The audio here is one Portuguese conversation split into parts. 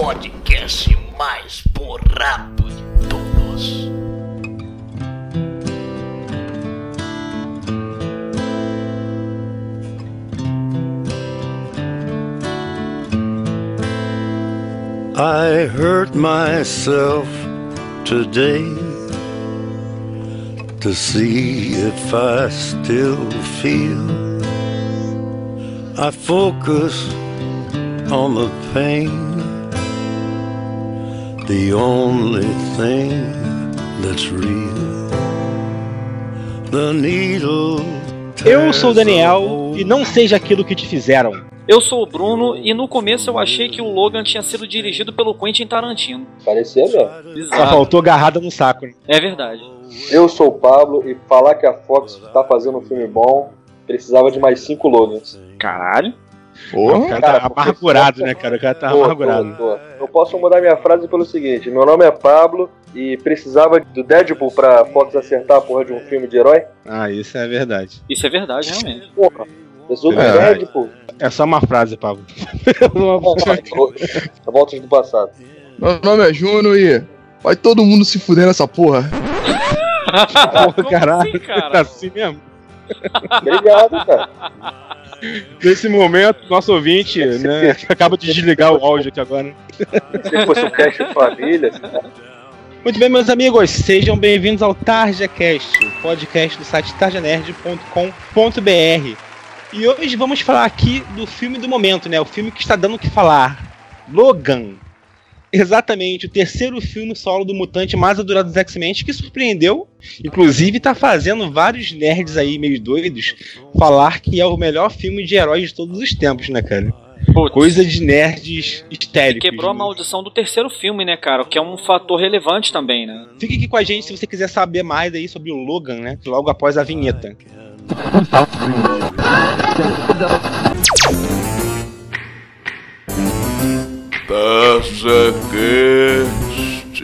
podcast mais borrado de todos. I hurt myself today to see if I still feel. I focus on the pain, the only thing that's real. The needle. Eu sou o Daniel e não seja aquilo que te fizeram. Eu sou o Bruno e no começo eu achei que o Logan tinha sido dirigido pelo Quentin Tarantino. Parecia mesmo. Só faltou agarrada no saco, né? É verdade. Eu sou o Pablo e falar que a Fox tá fazendo um filme bom precisava de mais 5 Logans. Caralho. O cara tá amargurado, né, cara? O cara tá amargurado. Eu posso mudar minha frase pelo seguinte: meu nome é Pablo e precisava do Deadpool pra Fox acertar a porra de um filme de herói? Ah, isso é verdade. Isso é verdade, realmente. Porra, precisou do Deadpool. É só uma frase, Pablo. Voltas do passado. Meu nome é Juno e vai todo mundo se fuder nessa porra. Porra, caralho. assim, cara? Tá assim mesmo. Obrigado, cara. Nesse momento, nosso ouvinte, né, acaba de desligar o áudio aqui agora. Se fosse um cast de família. Muito bem, meus amigos, sejam bem-vindos ao TarjaCast, o podcast do site tarjanerd.com.br. E hoje vamos falar aqui do filme do momento, né? O filme que está dando o que falar. Logan. Exatamente, o terceiro filme solo do mutante mais adorado dos X-Men, que surpreendeu. Inclusive tá fazendo vários nerds aí meio doidos falar que é o melhor filme de heróis de todos os tempos, né, cara? Putz. Coisa de nerds histéricos. Quebrou a maldição do terceiro filme, né, cara? O que é um fator relevante também, né? Fique aqui com a gente se você quiser saber mais aí sobre o Logan, né? Logo após a vinheta. TarjaCast.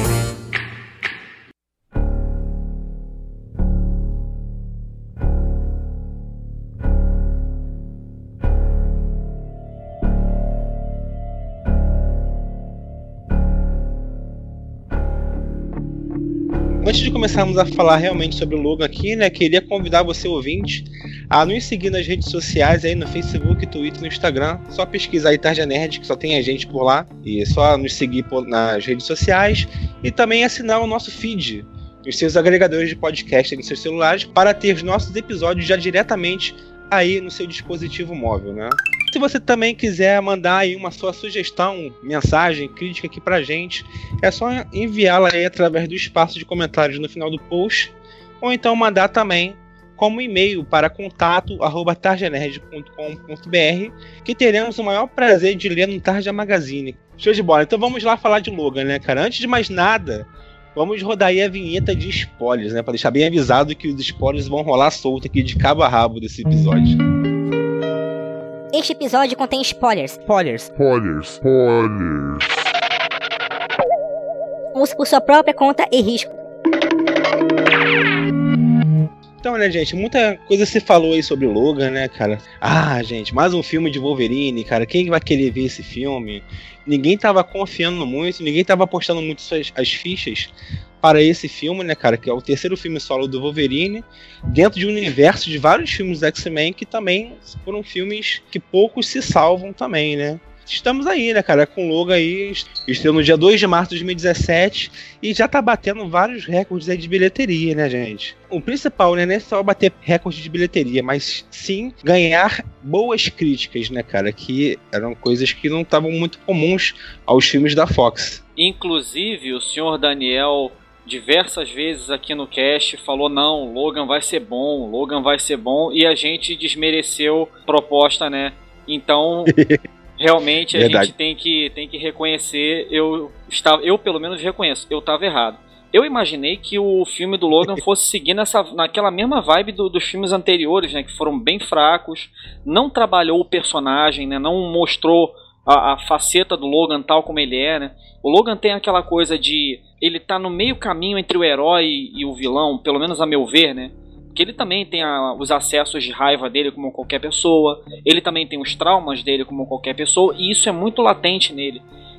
Antes de começarmos a falar realmente sobre o Logan aqui, né, queria convidar você, ouvinte, a nos seguir nas redes sociais aí no Facebook, Twitter e no Instagram. Só pesquisar aí Tarja Nerd, que só tem a gente por lá. E é só nos seguir nas redes sociais. E também assinar o nosso feed nos seus agregadores de podcast nos seus celulares para ter os nossos episódios já diretamente aí no seu dispositivo móvel, né? Se você também quiser mandar aí uma sua sugestão, mensagem, crítica aqui pra gente, é só enviá-la aí através do espaço de comentários no final do post, ou então mandar também como e-mail para contato@tarjanerd.com.br, que teremos o maior prazer de ler no Tarja Magazine. Show de bola, então vamos lá falar de Logan, né, cara? Antes de mais nada, vamos rodar aí a vinheta de spoilers, né, para deixar bem avisado que os spoilers vão rolar solto aqui de cabo a rabo desse episódio. Este episódio contém spoilers. Use por sua própria conta e risco. Então, né, gente, muita coisa se falou aí sobre o Logan, né, cara? Ah, gente, mais um filme de Wolverine, cara. Quem vai querer ver esse filme? Ninguém tava confiando muito, ninguém tava apostando muito as fichas para esse filme, né, cara? Que é o terceiro filme solo do Wolverine, dentro de um universo de vários filmes do X-Men que também foram filmes que poucos se salvam também, né? Estamos aí, né, cara, com o Logan aí, estreou no dia 2 de março de 2017 e já tá batendo vários recordes aí de bilheteria, né, gente? O principal, né, não é só bater recorde de bilheteria, mas sim ganhar boas críticas, né, cara, que eram coisas que não estavam muito comuns aos filmes da Fox. Inclusive, o senhor Daniel diversas vezes aqui no cast falou: não, Logan vai ser bom, e a gente desmereceu a proposta, né? Então... Realmente a gente tem que reconhecer, eu pelo menos reconheço, eu estava errado. Eu imaginei que o filme do Logan fosse seguir naquela mesma vibe dos filmes anteriores, né, que foram bem fracos, não trabalhou o personagem, né, não mostrou a faceta do Logan tal como ele é, né. O Logan tem aquela coisa de ele tá no meio caminho entre o herói e o vilão, pelo menos a meu ver, né. Porque ele também tem os acessos de raiva dele como qualquer pessoa, ele também tem os traumas dele como qualquer pessoa, e isso é muito latente nele.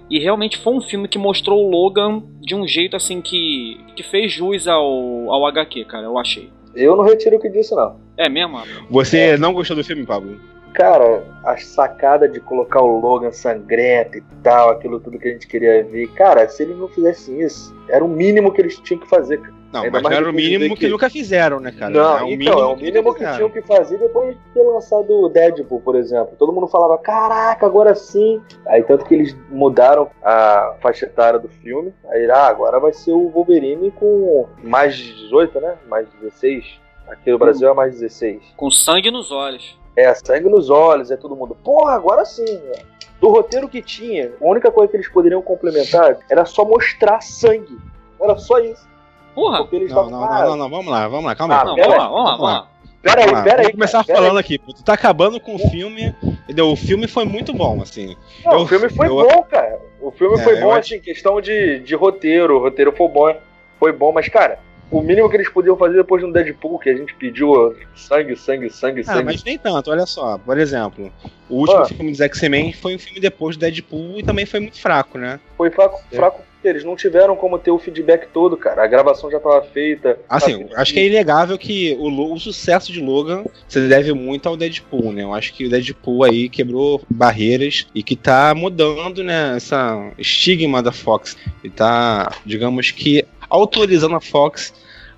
E realmente foi um filme que mostrou o Logan de um jeito assim que fez jus ao HQ, cara, eu achei. Eu não retiro o que disse, não. É mesmo? Você não gostou do filme, Pablo? Cara, a sacada de colocar o Logan sangrento e tal, aquilo tudo que a gente queria ver. Cara, se eles não fizessem isso, era o mínimo que eles tinham que fazer, cara. Não, Ainda mas mais não era o depois de mínimo ver que nunca fizeram, né, cara? Não, é o então, é o mínimo que tinham que fazer depois de ter lançado o Deadpool, por exemplo. Todo mundo falava, caraca, agora sim. Aí tanto que eles mudaram a faixa etária do filme. Aí, agora vai ser o Wolverine com mais de 18, né? Mais de 16. Aqui no Brasil é mais 16. Com sangue nos olhos. É, sangue nos olhos, é todo mundo. Porra, agora sim, velho. Do roteiro que tinha, a única coisa que eles poderiam complementar era só mostrar sangue. Era só isso. Porra! Porque eles Não, tavam, vamos lá, calma aí. Não, pera vamos lá. Pera aí. Vamos começar falando aqui. Tu tá acabando com o filme, entendeu? O filme foi muito bom, assim. Não, o filme foi bom, cara. O filme foi bom, assim, questão de roteiro. O roteiro foi bom, mas, cara, o mínimo que eles podiam fazer depois do Deadpool, que a gente pediu sangue. Mas nem tanto, olha só. Por exemplo, o último filme dos X-Men foi um filme depois do Deadpool e também foi muito fraco, né? Foi fraco porque eles não tiveram como ter o feedback todo, cara. A gravação já estava feita. Assim, acho que é inegável que o sucesso de Logan se deve muito ao Deadpool, né? Eu acho que o Deadpool aí quebrou barreiras e que tá mudando, né, essa estigma da Fox. E tá, digamos que, autorizando a Fox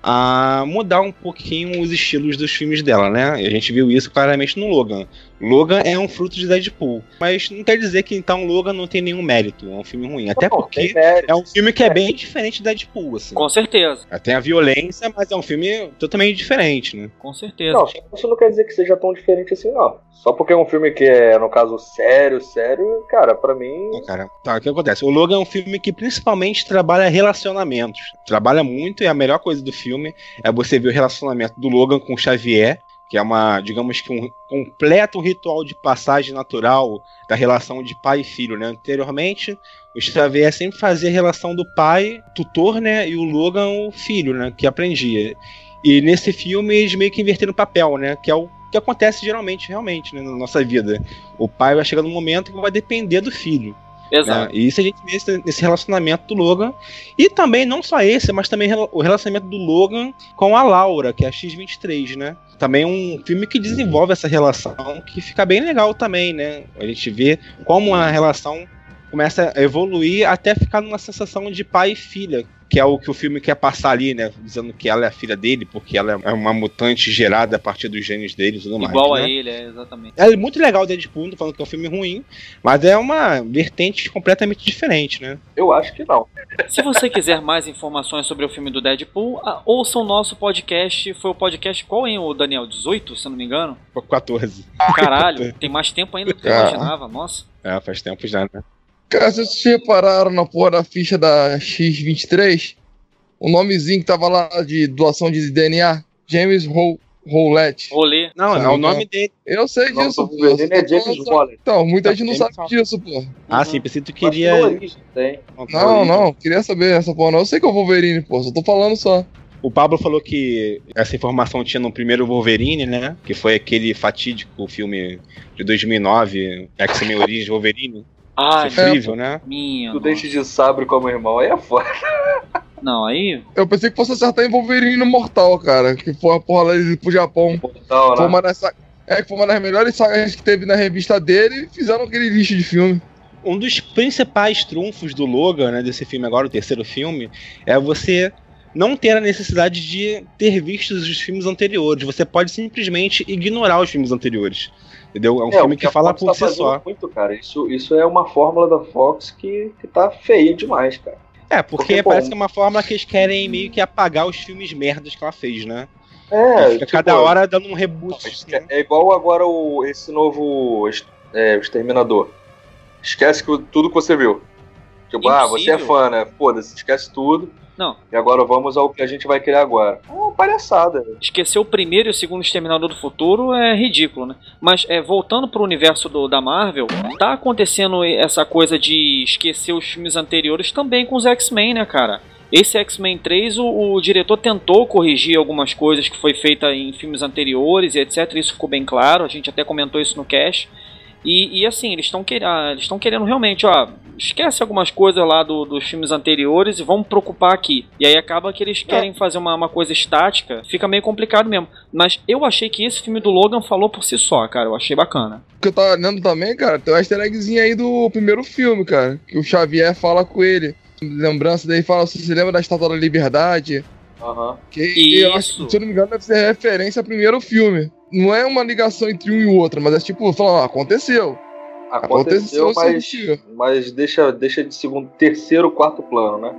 a mudar um pouquinho os estilos dos filmes dela, né? E a gente viu isso claramente no Logan. Logan é um fruto de Deadpool, mas não quer dizer que então Logan não tem nenhum mérito, é um filme ruim. Até porque é um filme que é bem diferente de Deadpool, assim. Com certeza. Tem a violência, mas é um filme totalmente diferente, né? Com certeza. Não, isso não quer dizer que seja tão diferente assim, não. Só porque é um filme que é, no caso, sério, cara, pra mim... Cara, tá, o que acontece? O Logan é um filme que principalmente trabalha relacionamentos. Trabalha muito, e a melhor coisa do filme é você ver o relacionamento do Logan com o Xavier, que é digamos que um completo ritual de passagem natural da relação de pai e filho, né? Anteriormente, o Xavier sempre fazia a relação do pai, tutor, né? E o Logan, o filho, né? Que aprendia. E nesse filme eles meio que inverteram o papel, né? Que é o que acontece geralmente, realmente, né, na nossa vida. O pai vai chegar num momento que vai depender do filho. Exato. Né? E isso a gente vê nesse relacionamento do Logan. E também, não só esse, mas também o relacionamento do Logan com a Laura, que é a X-23, né? Também um filme que desenvolve essa relação, que fica bem legal também, né? A gente vê como a relação começa a evoluir até ficar numa sensação de pai e filha, que é o que o filme quer passar ali, né? Dizendo que ela é a filha dele, porque ela é uma mutante gerada a partir dos genes dele e tudo mais. Igual a né? ele, exatamente. É muito legal o Deadpool, não tô falando que é um filme ruim, mas é uma vertente completamente diferente, né? Eu acho que não. Se você quiser mais informações sobre o filme do Deadpool, ouça o nosso podcast. Foi o podcast qual, hein, o Daniel? 18, se eu não me engano? 14. Caralho, tem mais tempo ainda do que eu imaginava, nossa. É, faz tempo já, né? Cara, vocês repararam na porra da ficha da X-23? O nomezinho que tava lá de doação de DNA? James Howlett. Rolê. Não, é o nome dele. Eu sei Não, disso, o Wolverine é James Waller. Então, muita gente não James sabe disso, pô. Ah, sim, pensei que tu Acho que queria... no Origem tem. Não, queria saber essa porra não. Eu sei que é o Wolverine, pô, só tô falando só. O Pablo falou que essa informação tinha no primeiro Wolverine, né? Que foi aquele fatídico filme de 2009, X-Men Origins Wolverine. Ai, Sofrível, né? minha. Tu nossa. deixa de sabre como irmão, aí é foda. Não, aí. Eu pensei que fosse acertar em Wolverine no Mortal, cara. Que foi a porra lá pro Japão. Então, Foi né? que foi uma das melhores sagas que teve na revista dele e fizeram aquele lixo de filme. Um dos principais trunfos do Logan, né, desse filme agora, o terceiro filme, é você não ter a necessidade de ter visto os filmes anteriores. Você pode simplesmente ignorar os filmes anteriores. Entendeu? É um filme que fala por si só. Muito, cara. Isso é uma fórmula da Fox que tá feia demais, cara. Porque parece que é uma fórmula que eles querem meio que apagar os filmes merdas que ela fez, né? Fica cada hora dando um reboot. Né? É igual agora esse novo Exterminador. Esquece tudo que você viu. Tipo, você é fã, né? Foda-se, esquece tudo. Não. E agora vamos ao que a gente vai criar agora. É uma palhaçada. Esquecer o primeiro e o segundo Exterminador do Futuro é ridículo, né? Mas voltando pro universo da Marvel, tá acontecendo essa coisa de esquecer os filmes anteriores também com os X-Men, né, cara? Esse X-Men 3, o diretor tentou corrigir algumas coisas que foi feita em filmes anteriores e etc. Isso ficou bem claro, a gente até comentou isso no cast. E assim, eles estão querendo realmente, esquece algumas coisas lá dos filmes anteriores e vamos preocupar aqui. E aí acaba que eles querem fazer uma coisa estática, fica meio complicado mesmo. Mas eu achei que esse filme do Logan falou por si só, cara, eu achei bacana. O que eu tava olhando também, cara, tem um easter eggzinho aí do primeiro filme, cara, que o Xavier fala com ele. Lembrança daí, fala, você se lembra da Estátua da Liberdade? Aham. Que eu acho, se eu não me engano, deve ser referência ao primeiro filme. Não é uma ligação entre um e o outro, mas é tipo, falando, aconteceu. Aconteceu, mas deixa de segundo, terceiro, quarto plano, né?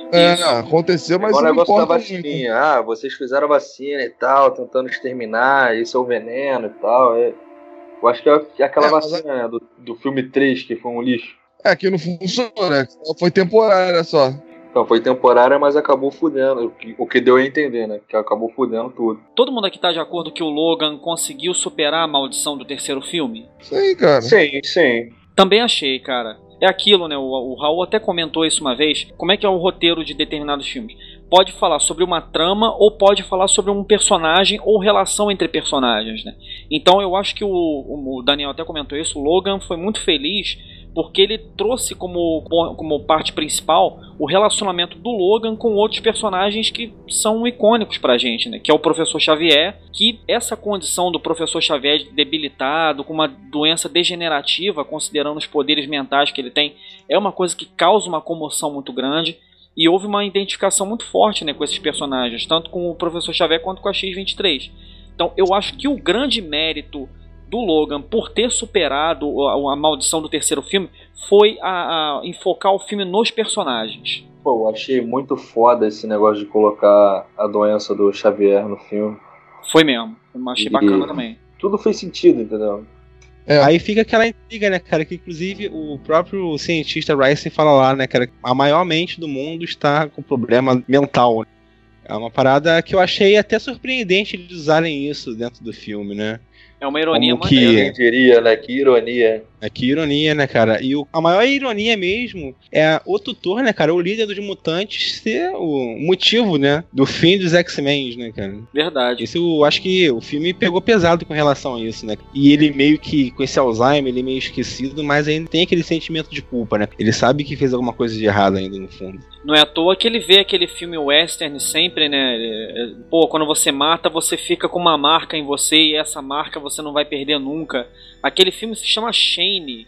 Aconteceu, mas agora não o negócio da importa vacininha. muito. Vocês fizeram a vacina e tal, tentando exterminar, isso é o veneno e tal. Eu acho que é aquela vacina, né, do filme 3, que foi um lixo. Que não funcionou, né? Foi temporária só. Então, foi temporária, mas acabou fudendo. O que deu a entender, né? Que acabou fudendo tudo. Todo mundo aqui tá de acordo que o Logan conseguiu superar a maldição do terceiro filme? Sim, cara. Sim. Também achei, cara. É aquilo, né? O Raul até comentou isso uma vez. Como é que é o roteiro de determinados filmes? Pode falar sobre uma trama ou pode falar sobre um personagem ou relação entre personagens, né? Então eu acho que o Daniel até comentou isso. O Logan foi muito feliz porque ele trouxe como parte principal o relacionamento do Logan com outros personagens que são icônicos pra gente, né? Que é o Professor Xavier, que essa condição do Professor Xavier debilitado, com uma doença degenerativa, considerando os poderes mentais que ele tem, é uma coisa que causa uma comoção muito grande. E houve uma identificação muito forte, né, com esses personagens, tanto com o Professor Xavier quanto com a X-23. Então eu acho que o grande mérito do Logan por ter superado a maldição do terceiro filme foi a enfocar o filme nos personagens. Pô, eu achei muito foda esse negócio de colocar a doença do Xavier no filme. Foi mesmo, eu achei bacana também. Tudo fez sentido, entendeu? Aí fica aquela intriga, né, cara, que inclusive o próprio cientista Rice fala lá, né, cara, a maior mente do mundo está com problema mental, né? É uma parada que eu achei até surpreendente de usarem isso dentro do filme, né? É uma ironia maneira. Quem diria, né? Que ironia. Que ironia, né, cara? E a maior ironia mesmo é o tutor, né, cara? O líder dos mutantes ser o motivo, né? Do fim dos X-Men, né, cara? Verdade. Isso eu acho que o filme pegou pesado com relação a isso, né? E ele meio que, com esse Alzheimer, ele meio esquecido, mas ainda tem aquele sentimento de culpa, né? Ele sabe que fez alguma coisa de errado ainda no fundo. Não é à toa que ele vê aquele filme western sempre, né? Pô, quando você mata, você fica com uma marca em você e essa marca você não vai perder nunca. Aquele filme se chama Shane,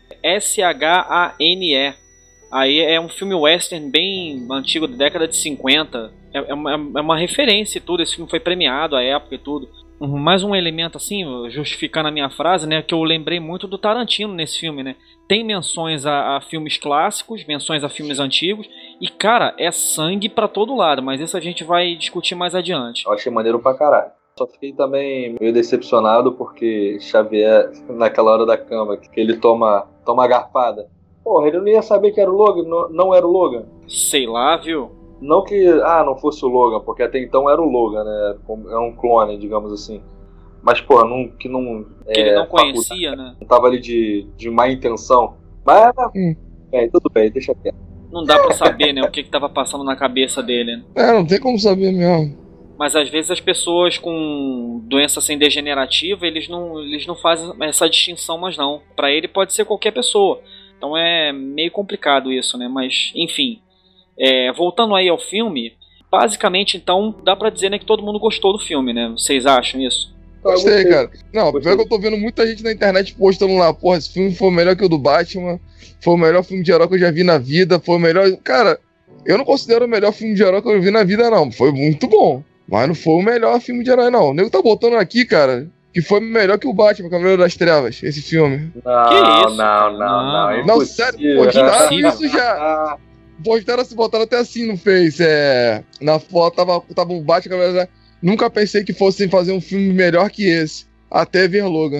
S-H-A-N-E. Aí é um filme western bem antigo, da década de 50. É uma referência e tudo, esse filme foi premiado à época e tudo. Mais um elemento assim, justificando a minha frase, né, que eu lembrei muito do Tarantino nesse filme, né? Tem menções a filmes clássicos, menções a filmes antigos, e cara, é sangue pra todo lado, mas isso a gente vai discutir mais adiante. Eu achei maneiro pra caralho. Só fiquei também meio decepcionado porque Xavier, naquela hora da cama, que ele toma a garfada. Porra, ele não ia saber que era o Logan, não era o Logan. Sei lá, viu? Não que não fosse o Logan, porque até então era o Logan, né? É um clone, digamos assim. Mas, porra, que ele não conhecia, né? Não tava ali de má intenção. Mas, tudo bem, deixa quieto. Não dá pra saber, né, o que tava passando na cabeça dele. Não tem como saber mesmo. Mas às vezes as pessoas com doença assim degenerativa, eles não fazem essa distinção mais não. Pra ele pode ser qualquer pessoa. Então é meio complicado isso, né? Mas, enfim. Voltando aí ao filme, basicamente, então, dá pra dizer, né, que todo mundo gostou do filme, né? Vocês acham isso? Gostei, cara. Não, pior que eu tô vendo muita gente na internet postando lá, porra, esse filme foi o melhor que o do Batman, foi o melhor filme de herói que eu já vi na vida, foi o melhor... Cara, eu não considero o melhor filme de herói que eu vi na vida, não. Foi muito bom, mas não foi o melhor filme de herói, não. O nego tá botando aqui, cara, que foi melhor que o Batman, Cavaleiro das Trevas, esse filme. Não, isso? Não, sério, postaram isso já. Botaram até assim no Face, na foto tava um Batman, Cavaleiro das Trevas. Nunca pensei que fossem fazer um filme melhor que esse, até ver Logan.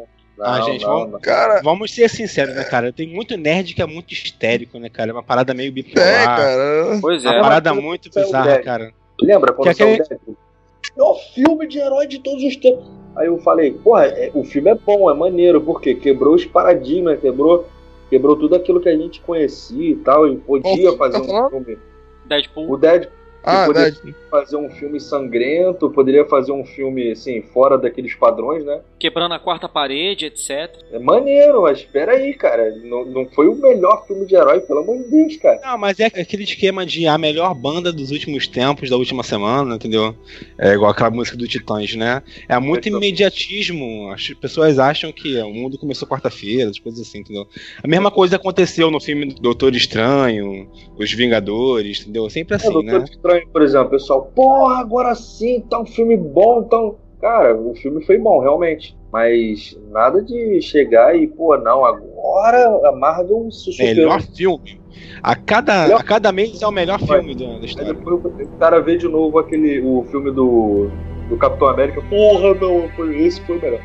Cara, vamos ser sinceros, né, cara? Tem muito nerd que é muito histérico, né, cara? É uma parada meio bipolar. Cara. Pois é. Uma parada muito bizarra, cara. Lembra quando saiu o Deadpool? É o filme de herói de todos os tempos. Aí eu falei, porra, o filme é bom, é maneiro, porque quebrou os paradigmas, quebrou tudo aquilo que a gente conhecia e tal, e podia fazer um filme. Deadpool. O Deadpool. Poderia fazer um filme sangrento, poderia fazer um filme, assim, fora daqueles padrões, né? Quebrando a quarta parede, etc. É maneiro, mas espera aí, cara. Não foi o melhor filme de herói, pelo amor de Deus, cara. Não, mas é aquele esquema de a melhor banda dos últimos tempos, da última semana, entendeu? É igual aquela música do Titãs, né? É muito imediatismo. As pessoas acham que o mundo começou quarta-feira, as coisas assim, entendeu? A mesma coisa aconteceu no filme do Doutor Estranho, Os Vingadores, entendeu? Sempre assim, Doutor Estranho, por exemplo, o pessoal, porra, agora sim, tá um filme bom, então... Cara, o filme foi bom, realmente. Mas nada de chegar e, pô, não, agora a Marvel se superou. Melhor filme. A cada mês é o melhor filme da história. Depois o cara vê de novo o filme do Capitão América. Porra, não, esse foi o melhor.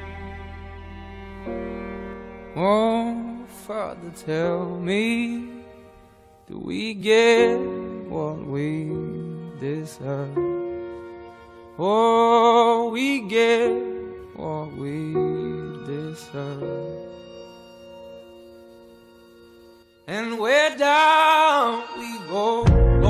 Oh, Father, tell me, do we get what we deserve? Oh, we get what we deserve. And where down we go.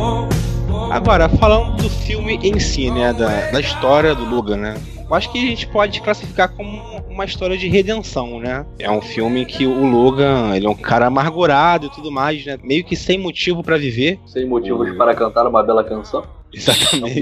Agora, falando do filme em si, né, da história do Logan, né? Eu acho que a gente pode classificar como uma história de redenção, né? É um filme que o Logan, ele é um cara amargurado e tudo mais, né? Meio que sem motivo pra viver. Sem motivos para cantar uma bela canção. Exatamente.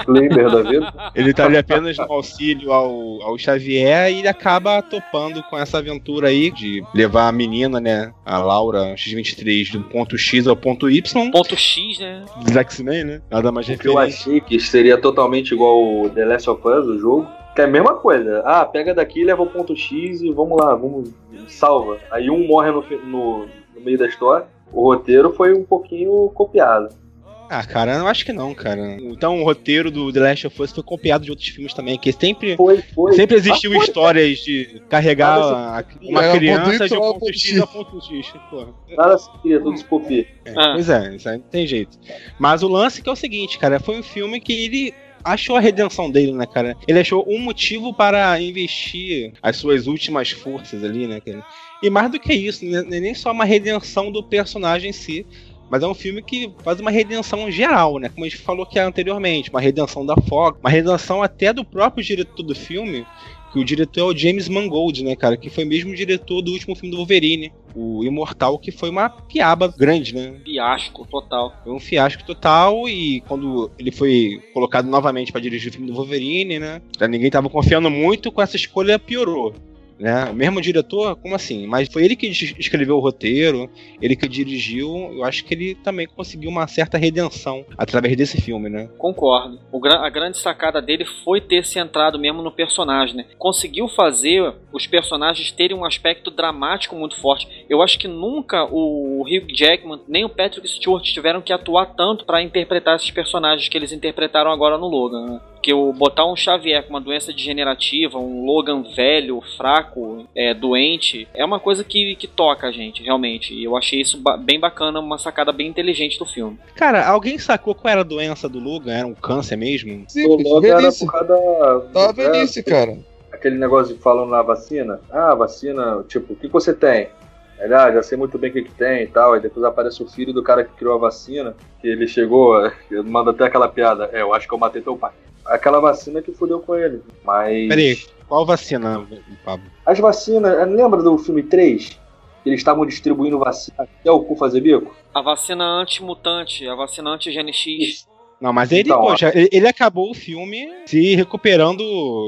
Da vida. Ele tá ali apenas no auxílio ao Xavier e ele acaba topando com essa aventura aí de levar a menina, né, a Laura X-23 do ponto X ao ponto Y. Ponto X, né? Dos X-Men, né? Nada mais referente. Eu achei que seria totalmente igual o The Last of Us, o jogo. Que é a mesma coisa. Ah, pega daqui, leva o ponto X e vamos lá, salva. Aí um morre no meio da história. O roteiro foi um pouquinho copiado. Ah, cara, eu acho que não, cara. Então o roteiro do The Last of Us foi copiado de outros filmes também, que sempre existiu histórias de carregar uma criança de um ponto X a ponto X. Porra. Nada se cria, tudo se copia. Pois é, isso aí não tem jeito. Mas o lance que é o seguinte, cara, foi um filme que ele achou a redenção dele, né, cara? Ele achou um motivo para investir as suas últimas forças ali, né, cara? E mais do que isso, não é nem só uma redenção do personagem em si, mas é um filme que faz uma redenção geral, né? Como a gente falou aqui anteriormente, uma redenção da Fox, uma redenção até do próprio diretor do filme, que o diretor é o James Mangold, né, cara? Que foi mesmo o diretor do último filme do Wolverine, o Imortal, que foi uma piaba grande, né? Fiasco total. Foi um fiasco total e quando ele foi colocado novamente para dirigir o filme do Wolverine, né? Ninguém tava confiando muito, com essa escolha piorou. Né? O mesmo diretor, como assim? Mas foi ele que escreveu o roteiro, ele que dirigiu. Eu acho que ele também conseguiu uma certa redenção através desse filme, né? Concordo. A grande sacada dele foi ter centrado mesmo no personagem, né? Conseguiu fazer os personagens terem um aspecto dramático muito forte. Eu acho que nunca o Hugh Jackman nem o Patrick Stewart tiveram que atuar tanto para interpretar esses personagens que eles interpretaram agora no Logan, né? Porque botar um Xavier com uma doença degenerativa, um Logan velho, fraco, doente, é uma coisa que toca a gente, realmente. E eu achei isso bem bacana, uma sacada bem inteligente do filme. Cara, alguém sacou qual era a doença do Logan? Era um câncer mesmo? Sim, velhice. Tava velhice, cara. Aquele negócio de falando na vacina. Ah, vacina, tipo, o que você tem? Ele, já sei muito bem o que tem e tal. Aí depois aparece o filho do cara que criou a vacina, que ele chegou, manda até aquela piada. Eu acho que eu matei teu pai. Aquela vacina que fudeu com ele. Mas. Peraí, qual vacina, Pablo? As vacinas. Lembra do filme 3? Eles estavam distribuindo vacina até o cu fazer bico? A vacina anti-mutante, a vacina anti-Gene X. Não, mas ele, então, poxa, ele acabou o filme se recuperando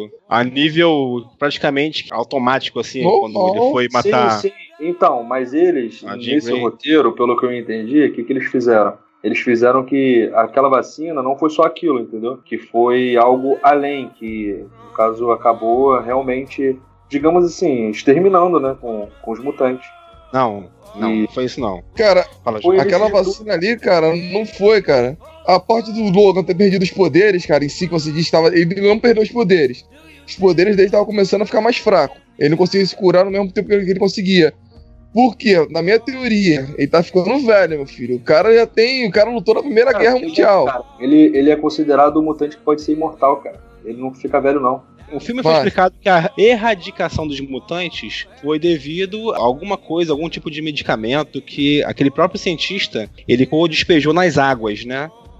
a nível praticamente automático, assim, quando ele foi matar. Sim. Então, mas eles, nesse roteiro, pelo que eu entendi, o que eles fizeram? Eles fizeram que aquela vacina não foi só aquilo, entendeu? Que foi algo além, que no caso acabou realmente, digamos assim, exterminando, né, com os mutantes. Não foi isso não. Cara, aquela vacina ali, cara, não foi, cara. A parte do Logan ter perdido os poderes, cara, em si, que você disse, ele não perdeu os poderes. Os poderes dele estavam começando a ficar mais fracos. Ele não conseguia se curar no mesmo tempo que ele conseguia. Por quê? Na minha teoria, ele tá ficando velho, meu filho. O cara lutou na Primeira Guerra Mundial. Ele é considerado um mutante que pode ser imortal, cara. Ele não fica velho, não. O filme foi explicado que a erradicação dos mutantes foi devido a alguma coisa, algum tipo de medicamento que aquele próprio cientista, ele despejou nas águas, né?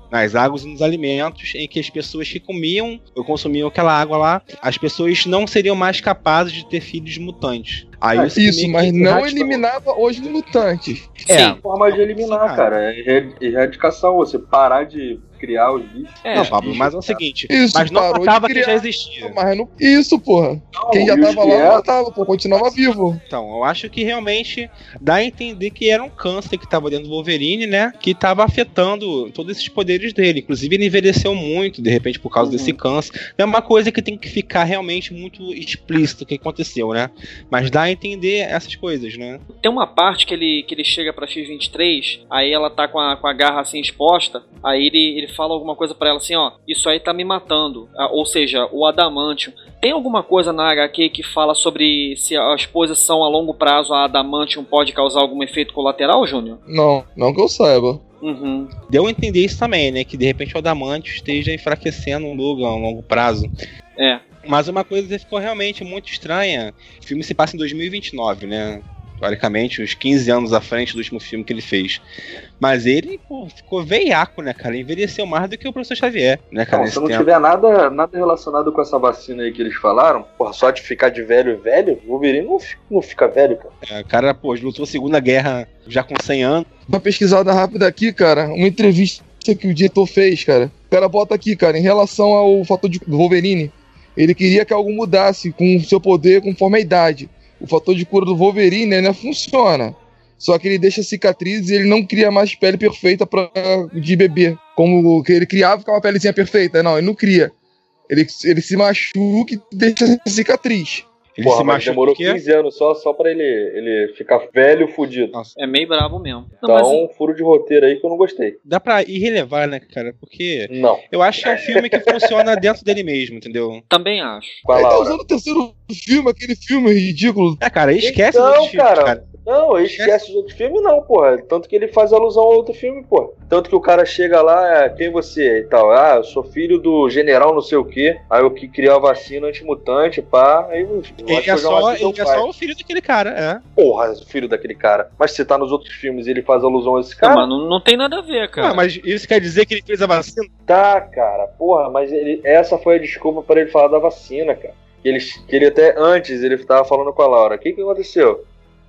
nas águas e nos alimentos, em que as pessoas que comiam ou consumiam aquela água lá, as pessoas não seriam mais capazes de ter filhos mutantes. Aí isso, mas não eliminava os mutantes. É forma de eliminar, cara. É erradicação, você parar de criar os bichos. Não, Pablo, mas é o seguinte, Isso, mas não parou matava de quem criar. já existia. Mas não... Isso, porra. Não, Quem já e os tava que lá, é- matava, pô, continuava vivo. Então, eu acho que realmente dá a entender que era um câncer que estava dentro do Wolverine, né? Que estava afetando todos esses poderes dele. Inclusive, ele envelheceu muito, de repente, por causa desse câncer. É uma coisa que tem que ficar realmente muito explícito o que aconteceu, né? Mas dá a entender essas coisas, né? Tem uma parte que ele chega pra X-23, aí ela tá com a garra assim exposta, aí ele fala alguma coisa pra ela assim, ó, isso aí tá me matando. Ou seja, o adamantium. Tem alguma coisa na HQ que fala sobre se a exposição a longo prazo a adamantium pode causar algum efeito colateral, Júnior? Não que eu saiba. Uhum. Deu a entender isso também, né? Que de repente o Adamantium esteja enfraquecendo o Logan a longo prazo. É. Mas uma coisa que ficou realmente muito estranha, o filme se passa em 2029, né? Teoricamente, uns 15 anos à frente do último filme que ele fez. Mas ele, pô, ficou veiaco, né, cara? Envelheceu mais do que o Professor Xavier, né, cara? Não, se não tiver nada relacionado com essa vacina aí que eles falaram, porra, só de ficar de velho, o Wolverine não fica velho, cara. O cara, pô, lutou a Segunda Guerra já com 100 anos. Uma pesquisada rápida aqui, cara. Uma entrevista que o diretor fez, cara. O cara bota aqui, cara, em relação ao fator do Wolverine. Ele queria que algo mudasse com o seu poder conforme a idade. O fator de cura do Wolverine ainda funciona. Só que ele deixa cicatrizes e ele não cria mais pele perfeita de bebê. Como que ele criava com uma pelezinha perfeita. Não, ele não cria. Ele se machuca e deixa cicatriz. Ele Porra, se mas machucou demorou porque... 15 anos só pra ele ficar velho, fudido. É meio brabo mesmo. Não, Então, mas um furo de roteiro aí que eu não gostei. Dá pra ir relevar, né, cara? Porque Não. eu acho que é um filme que funciona dentro dele mesmo, entendeu? também acho. Com a Ele tá Laura. usando o terceiro filme, aquele filme ridículo. É, cara, esquece Então, os outros filmes, cara. Não, ele esquece os outros filmes, não, porra. Tanto que ele faz alusão a outro filme, porra. Tanto que o cara chega lá, quem você é e tal. Ah, eu sou filho do general não sei o quê. Aí o que criou a vacina antimutante, pá. Aí eu acho que Ele eu já matei é teu pai. só o filho daquele cara, é. Porra, filho daquele cara. Mas se você tá nos outros filmes e ele faz alusão a esse Não, cara. mas não tem nada a ver, cara. Ah, mas isso quer dizer que ele fez a vacina? Tá, cara. Porra, mas essa foi a desculpa pra ele falar da vacina, cara. Que ele até antes ele tava falando com a Laura. O que aconteceu?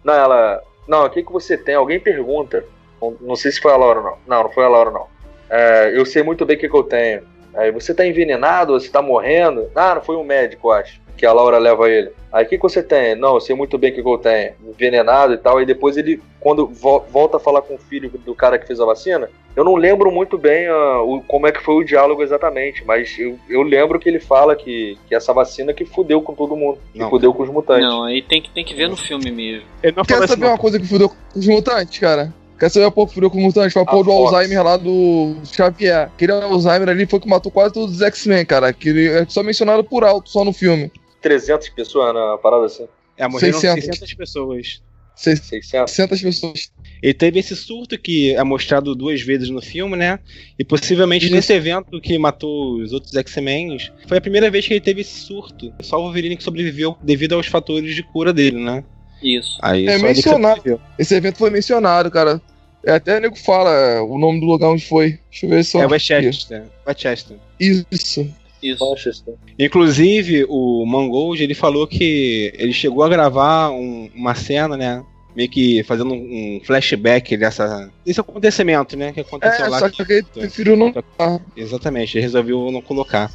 Não, o que você tem? Alguém pergunta. Não sei se foi a Laura ou não. Não foi a Laura, não. Eu sei muito bem o que eu tenho. Aí, você tá envenenado? Você tá morrendo? Ah, não foi um médico, acho. Que a Laura leva ele. Aí, o que você tem? Não, eu sei muito bem o que eu tenho. Envenenado e tal. Aí depois ele, quando volta a falar com o filho do cara que fez a vacina, eu não lembro muito bem como é que foi o diálogo exatamente. Mas eu lembro que ele fala que essa vacina que fudeu com todo mundo. Que Não. fudeu com os mutantes. Não, aí tem que ver no filme mesmo. Ele não Quer falou saber assim, uma coisa que fudeu com os mutantes, cara? Quer saber um pouco que fudeu com os mutantes? Foi a porra do Fox. Alzheimer lá do Xavier. Aquele Alzheimer ali foi que matou quase todos os X-Men, cara. Que ele é só mencionado por alto, só no filme. 300 pessoas na parada assim. morreram 600. 600 pessoas. 600. 600 pessoas. Ele teve esse surto que é mostrado 2 vezes no filme, né? E possivelmente Isso. nesse evento que matou os outros X-Men, foi a primeira vez que ele teve esse surto. Só o Wolverine que sobreviveu devido aos fatores de cura dele, né? Isso. Aí, É só ele que mencionado. sobreviveu. Esse evento foi mencionado, cara. Até o nego fala o nome do lugar onde foi. Deixa eu ver só. É Westchester. Westchester. Isso. Isso. Manchester. Inclusive, o Mangold, ele falou que ele chegou a gravar uma cena, né? Meio que fazendo um flashback desse acontecimento, né? Que aconteceu lá. Só que ele preferiu não. Exatamente, ele resolveu não colocar.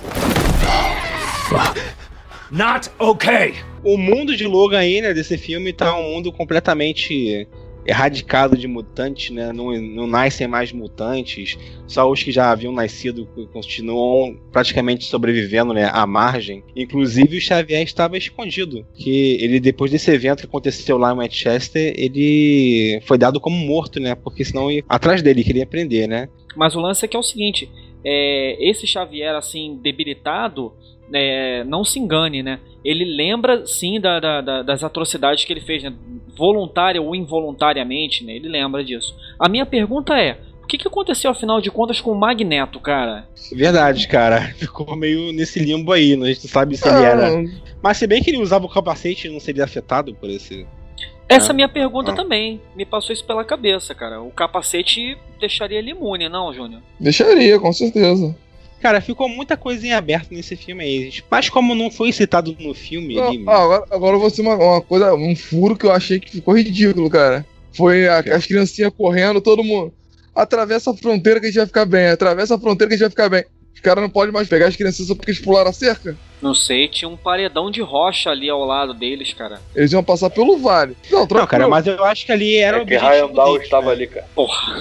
Not okay. O mundo de Logan aí, né, desse filme, tá um mundo completamente erradicado de mutantes, né? Não nascem mais mutantes. Só os que já haviam nascido continuam praticamente sobrevivendo, né, à margem. Inclusive o Xavier estava escondido. Que ele, depois desse evento que aconteceu lá em Manchester, ele foi dado como morto, né? Porque senão atrás dele queria prender, né? Mas o lance é que é o seguinte, esse Xavier assim debilitado, não se engane, né? Ele lembra sim das atrocidades que ele fez, né? Voluntária ou involuntariamente, né? Ele lembra disso. A minha pergunta é, o que aconteceu afinal de contas com o Magneto, cara? Verdade, cara. Ficou meio nesse limbo aí, né? A gente não sabe se ele era. Mas se bem que ele usava o capacete, não seria afetado por esse. Essa minha pergunta também me passou isso pela cabeça, cara. O capacete deixaria ele imune, não, Júnior? Deixaria, com certeza. Cara, ficou muita coisa em aberto nesse filme aí, gente. Mas como não foi citado no filme... Não, agora eu vou ser uma coisa, um furo que eu achei que ficou ridículo, cara. Foi as criancinhas correndo, todo mundo... Atravessa a fronteira que a gente vai ficar bem, atravessa a fronteira que a gente vai ficar bem. Os caras não podem mais pegar as crianças só porque eles pularam a cerca? Não sei, tinha um paredão de rocha ali ao lado deles, cara. Eles iam passar pelo vale. Não, cara, mas eu acho que ali era o objetivo que Ryan deles, estava né? ali, cara. Porra.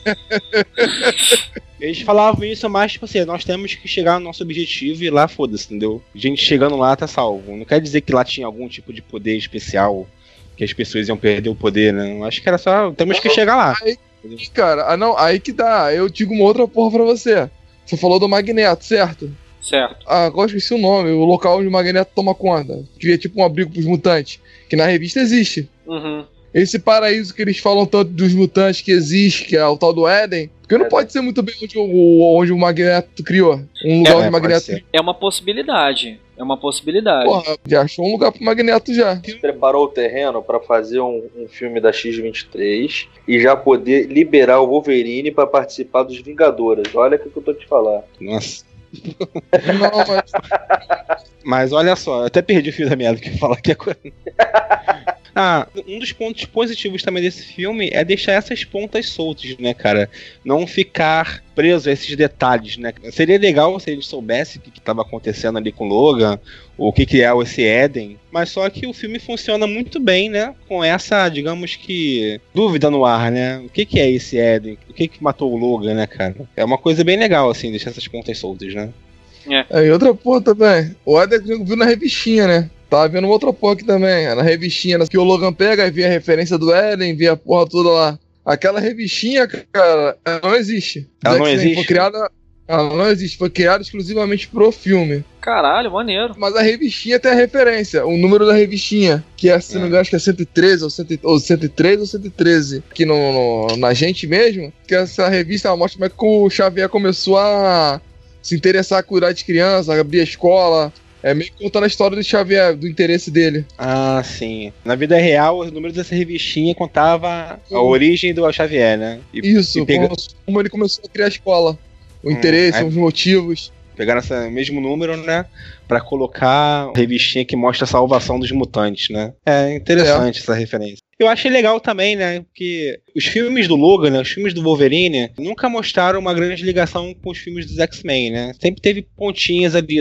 Eles falavam isso, mas tipo assim, nós temos que chegar no nosso objetivo e lá foda-se, entendeu? Gente chegando lá tá salvo. Não quer dizer que lá tinha algum tipo de poder especial, que as pessoas iam perder o poder, né? Eu acho que era só, temos que chegar lá. Aí, cara, aí que dá. Eu digo uma outra porra pra você. Você falou do Magneto, certo? Certo. Agora eu esqueci o nome, o local onde o Magneto toma conta. Que é tipo um abrigo pros mutantes. Que na revista existe. Uhum. Esse paraíso que eles falam tanto dos mutantes que existe, que é o tal do Éden, porque não pode ser muito bem onde o Magneto criou. Um lugar onde o Magneto criou. É uma possibilidade. É uma possibilidade. Porra, já achou um lugar pro Magneto já. Preparou o terreno pra fazer um filme da X-23 e já poder liberar o Wolverine pra participar dos Vingadores. Olha o que eu tô te falando. Nossa. Não, Mas olha só, eu até perdi o fio da meada que fala que é coisa. Um dos pontos positivos também desse filme é deixar essas pontas soltas, né, cara? Não ficar preso a esses detalhes, né? Seria legal se eles soubessem o que estava acontecendo ali com o Logan, o que é esse Éden, mas só que o filme funciona muito bem, né? Com essa, digamos que, dúvida no ar, né? O que é esse Éden? O que matou o Logan, né, cara? É uma coisa bem legal, assim, deixar essas pontas soltas, né? E outra porra também, o Éden viu na revistinha, né? Tava vendo outra porra aqui também, na revistinha, que o Logan pega e vê a referência do Éden, vê a porra toda lá. Aquela revistinha, cara, ela não existe. Ela não existe? Ela não existe, foi criada exclusivamente pro filme. Caralho, maneiro. Mas a revistinha tem a referência, o número da revistinha, que é, se não me engano, acho que é 113 ou 103 ou 113. Aqui na gente mesmo, que essa revista ela mostra como é que o Xavier começou a se interessar a cuidar de crianças, abrir a escola. É meio que contando a história do Xavier, do interesse dele. Ah, sim. Na vida real, os números dessa revistinha contava a origem do Xavier, né? Como ele começou a criar a escola. O interesse, os motivos. Pegaram esse mesmo número, né? Pra colocar a revistinha que mostra a salvação dos mutantes, né? É interessante essa referência. Eu achei legal também, né? Porque os filmes do Logan, né, os filmes do Wolverine, nunca mostraram uma grande ligação com os filmes dos X-Men, né? Sempre teve pontinhas ali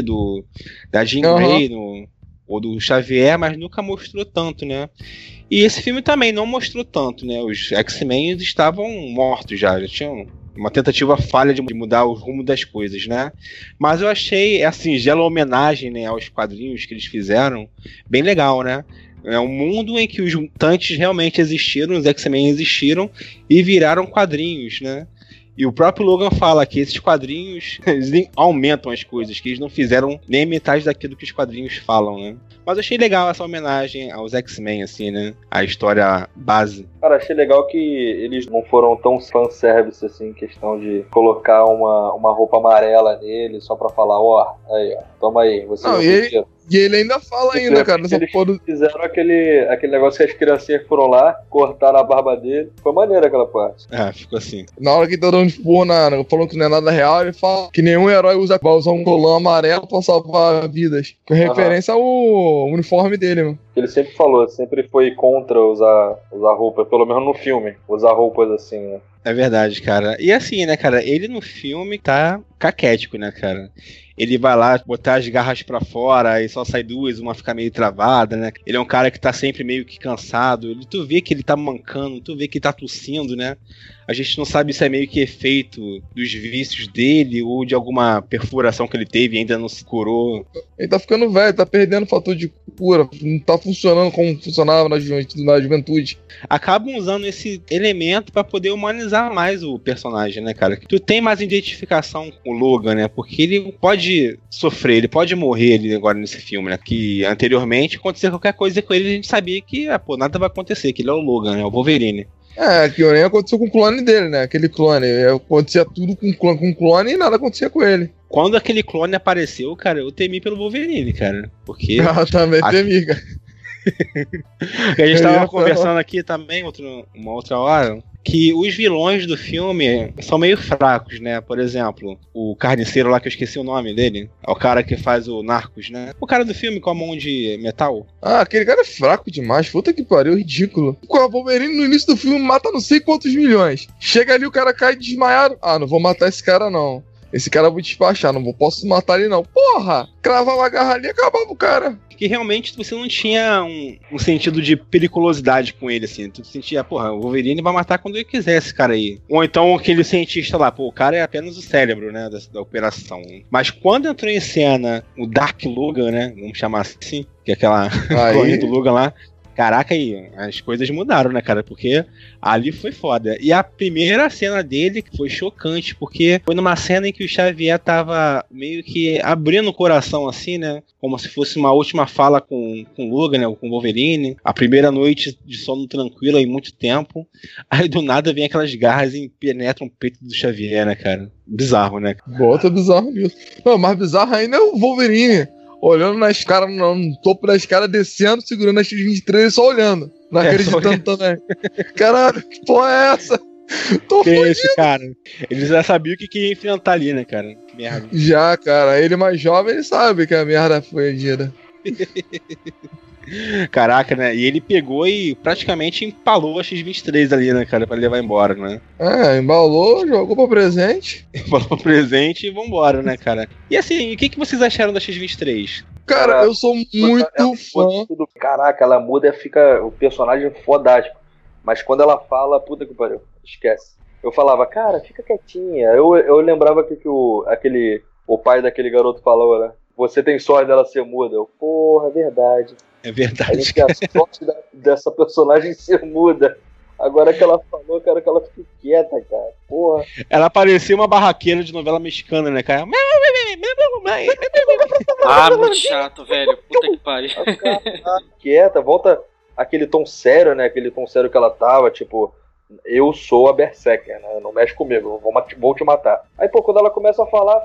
da Jean Grey ou do Xavier, mas nunca mostrou tanto, né? E esse filme também não mostrou tanto, né? Os X-Men estavam mortos já tinham uma tentativa falha de mudar o rumo das coisas, né? Mas eu achei a singela homenagem, né, aos quadrinhos que eles fizeram bem legal, né? É um mundo em que os mutantes realmente existiram, os X-Men existiram e viraram quadrinhos, né? E o próprio Logan fala que esses quadrinhos eles aumentam as coisas, que eles não fizeram nem metade daquilo que os quadrinhos falam, né? Mas eu achei legal essa homenagem aos X-Men, assim, né? A história base. Cara, achei legal que eles não foram tão fanservice, assim, em questão de colocar uma roupa amarela nele só pra falar, aí, toma aí, você não e ele ainda fala ainda, cara, nessa porra. Fizeram aquele negócio que as criancinhas foram lá, cortaram a barba dele. Foi maneiro aquela parte. Ficou assim. Na hora que tá dando expor, falando que não é nada real, ele fala que nenhum herói vai usar um colã amarelo pra salvar vidas. Com referência ao uniforme dele, mano. Ele sempre falou, sempre foi contra usar roupa, pelo menos no filme, usar roupas assim, né? É verdade, cara. E assim, né, cara, ele no filme tá caquético, né, cara? Ele vai lá botar as garras pra fora e só sai duas, uma fica meio travada, né? Ele é um cara que tá sempre meio que cansado. Tu vê que ele tá mancando, tu vê que ele tá tossindo, né? A gente não sabe se é meio que efeito dos vícios dele ou de alguma perfuração que ele teve e ainda não se curou. Ele tá ficando velho, tá perdendo o fator de cura, não tá funcionando como funcionava na juventude. Acabam usando esse elemento pra poder humanizar mais o personagem, né, cara? Tu tem mais identificação com o Logan, né? Porque ele pode sofrer, ele pode morrer ali agora nesse filme, né? Que anteriormente, acontecer qualquer coisa com ele, a gente sabia que, nada vai acontecer, que ele é o Logan, né? O Wolverine. Que nem aconteceu com o clone dele, né? Aquele clone. Acontecia tudo com o clone e nada acontecia com ele. Quando aquele clone apareceu, cara, eu temi pelo Wolverine, cara. Porque. Também temi, cara. A gente tava conversando aqui também, uma outra hora, que os vilões do filme são meio fracos, né? Por exemplo, o carniceiro lá, que eu esqueci o nome dele, é o cara que faz o Narcos, né? O cara do filme com a mão de metal. Ah, aquele cara é fraco demais, puta que pariu, ridículo. Com a Wolverine no início do filme mata não sei quantos milhões. Chega ali, o cara cai desmaiado. Ah, não vou matar esse cara não. Esse cara eu vou despachar, posso matar ele não. Porra! Cravava a garra ali e acabava o cara. Que realmente você não tinha um sentido de periculosidade com ele, assim. Tu sentia, porra, o Wolverine vai matar quando ele quiser esse cara aí. Ou então aquele cientista lá, pô, o cara é apenas o cérebro, né, da operação. Mas quando entrou em cena o Dark Logan, né, vamos chamar assim, que é aquela corrida do Logan lá, caraca, aí as coisas mudaram, né, cara? Porque ali foi foda. E a primeira cena dele foi chocante, porque foi numa cena em que o Xavier tava meio que abrindo o coração, assim, né? Como se fosse uma última fala com o Logan, né? Com o Wolverine. A primeira noite de sono tranquila em muito tempo. Aí do nada vem aquelas garras e penetram o peito do Xavier, né, cara? Bizarro, né? Bota bizarro nisso. Não, mais bizarro ainda é o Wolverine. Olhando na escada, no topo da escada, descendo, segurando a X-23 e só olhando. Não acreditando também. Caralho, que porra é essa? Tô fudido. Esse cara. Ele já sabia o que ia enfrentar ali, né, cara? Que merda. Já, cara. Ele mais jovem, ele sabe que a merda foi fodida. Caraca, né? E ele pegou e praticamente empalou a X-23 ali, né, cara? Pra levar embora, né? Embalou, jogou pra presente. Embalou pra presente e vambora, né, cara? E assim, o que vocês acharam da X-23? Cara, eu sou muito fã. Caraca, ela muda e fica o personagem fodástico. Mas quando ela fala, puta que pariu, esquece. Eu falava, cara, fica quietinha. Eu lembrava que o pai daquele garoto falou, né? Você tem sorte dela ser muda. Eu, porra, é verdade. É verdade. A gente tem a sorte dessa personagem ser muda. Agora que ela falou, quero que ela fique quieta, cara. Porra. Ela parecia uma barraqueira de novela mexicana, né, cara? Muito chato, velho. Puta que pariu. Quieta, volta aquele tom sério, né? Aquele tom sério que ela tava, tipo, eu sou a Berserker, né? Não mexe comigo, vou te matar. Aí, pô, quando ela começa a falar,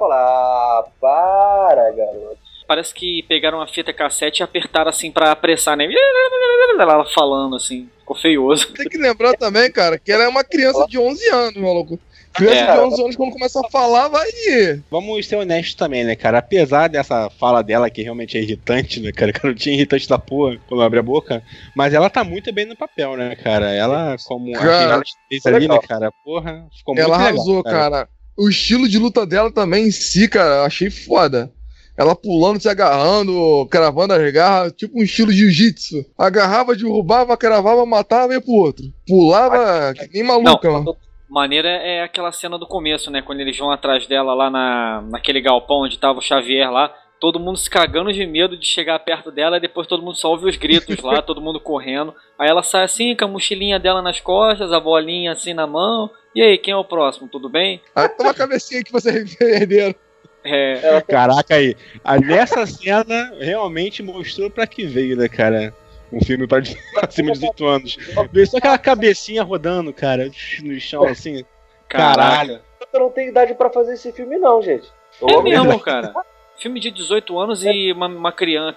para, garoto. Parece que pegaram uma fita cassete e apertaram assim pra apressar, né? Ela falando assim, ficou feioso. Tem que lembrar também, cara, que ela é uma criança de 11 anos, maluco. Criança de 11 anos, quando começa a falar, vai ir. Vamos ser honestos também, né, cara? Apesar dessa fala dela, que realmente é irritante, né, cara? Garotinha irritante da porra quando abre a boca. Mas ela tá muito bem no papel, né, cara? Ela, como a fez ali, né, cara? Porra, ficou muito legal. Ela arrasou, cara. O estilo de luta dela também em si, cara, eu achei foda. Ela pulando, se agarrando, cravando as garras, tipo um estilo de jiu-jitsu. Agarrava, derrubava, cravava, matava e ia pro outro. Pulava que nem maluca, mano. Maneira é aquela cena do começo, né? Quando eles vão atrás dela lá naquele galpão onde tava o Xavier lá. Todo mundo se cagando de medo de chegar perto dela. E depois todo mundo só ouve os gritos lá, todo mundo correndo. Aí ela sai assim, com a mochilinha dela nas costas, a bolinha assim na mão. E aí, quem é o próximo? Tudo bem? Aí toma a cabecinha que vocês perderam. Caraca, aí. Nessa cena realmente mostrou pra que veio, né, cara? Um filme pra cima de 18 anos. Veio só aquela cabecinha rodando, cara, no chão assim. Caralho. Eu não tenho idade pra fazer esse filme, não, gente. É mesmo, cara. Filme de 18 anos e uma criança.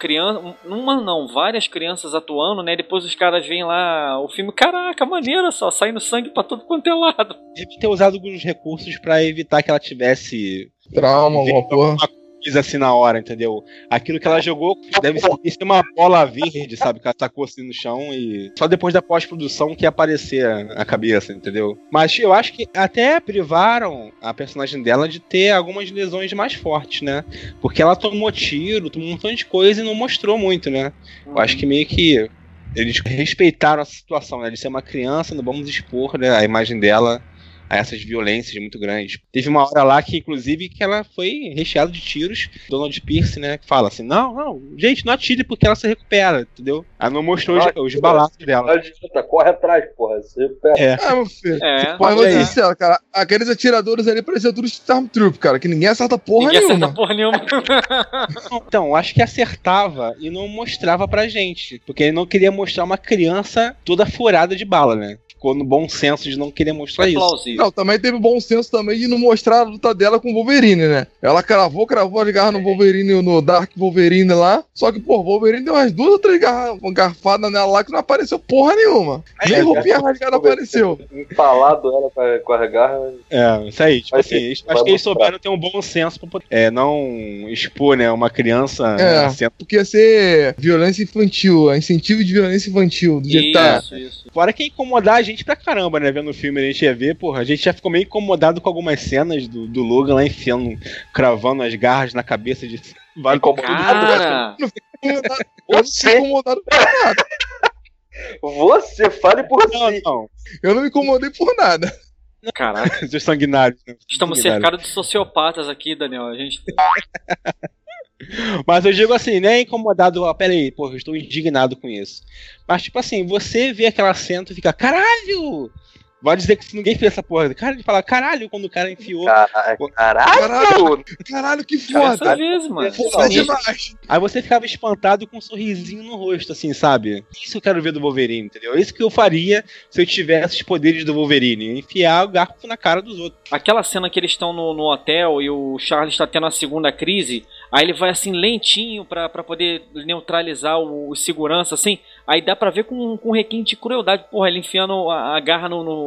Várias crianças atuando, né? Depois os caras veem lá o filme. Caraca, maneira só, saindo sangue pra todo quanto é lado. Deve ter usado alguns recursos pra evitar que ela tivesse trauma, alguma porra. Coisa assim na hora, entendeu? Aquilo que ela jogou deve ser uma bola verde, sabe? Que ela tacou assim no chão e só depois da pós-produção que ia aparecer a cabeça, entendeu? Mas eu acho que até privaram a personagem dela de ter algumas lesões mais fortes, né? Porque ela tomou tiro, tomou um montão de coisa e não mostrou muito, né? Eu acho que meio que eles respeitaram a situação, né? De ser uma criança, não vamos expor, né, a imagem dela a essas violências muito grandes. Teve uma hora lá que, inclusive, que ela foi recheada de tiros. Donald Pierce, né, que fala assim, não, gente, não atire porque ela se recupera, entendeu? Ela não mostrou os balaços dela. Corre atrás, porra. Meu filho. Mas vou ser sincero, cara, aqueles atiradores ali pareciam tudo Stormtrooper, cara, que ninguém acerta porra nenhuma. Então, acho que acertava e não mostrava pra gente, porque ele não queria mostrar uma criança toda furada de bala, né? ficou no bom senso de não querer mostrar isso. Plausível. Não, também teve bom senso também de não mostrar a luta dela com o Wolverine, né? Ela cravou as garras no Wolverine, no Dark Wolverine lá. Só que, pô, o Wolverine deu umas 2 ou 3 garfadas nela lá que não apareceu porra nenhuma. Nem roupinha rasgada apareceu. Empalado ela com as garras. Isso aí, tipo Vai assim, ser- acho vai que eles mostrar. souberam ter um bom senso pra poder, não expor, né, uma criança sendo. Porque ia ser violência infantil, incentivo de violência infantil, do jeito que tá. Isso. Fora que ia incomodar a gente pra caramba, né? Vendo o filme, a gente ia ver, porra, a gente já ficou meio incomodado com algumas cenas do Logan lá enfiando, cravando as garras na cabeça de vários Cara, Eu não fiquei incomodado por nada. Você fale por Não, si. não. Eu não me incomodei por nada. caraca. Os sanguinários. Né? Estamos Sanguinários. cercados de sociopatas aqui, Daniel. A gente Mas eu digo assim, né? Incomodado, ó, pera aí, porra, eu estou indignado com isso. Mas, tipo assim, você vê aquela cena e fica, caralho! Vai dizer que se ninguém fez essa porra. Cara, de falar caralho quando o cara enfiou. Caralho! Caralho, que dessa foda. vez, mano. Foda demais. Aí você ficava espantado com um sorrisinho no rosto, assim, sabe? Isso eu quero ver do Wolverine, entendeu? Isso que eu faria se eu tivesse os poderes do Wolverine. Enfiar o garfo na cara dos outros. Aquela cena que eles estão no hotel e o Charles está tendo a segunda crise, aí ele vai assim lentinho pra poder neutralizar o segurança, assim, aí dá pra ver com um requinte de crueldade, porra, ele enfiando a garra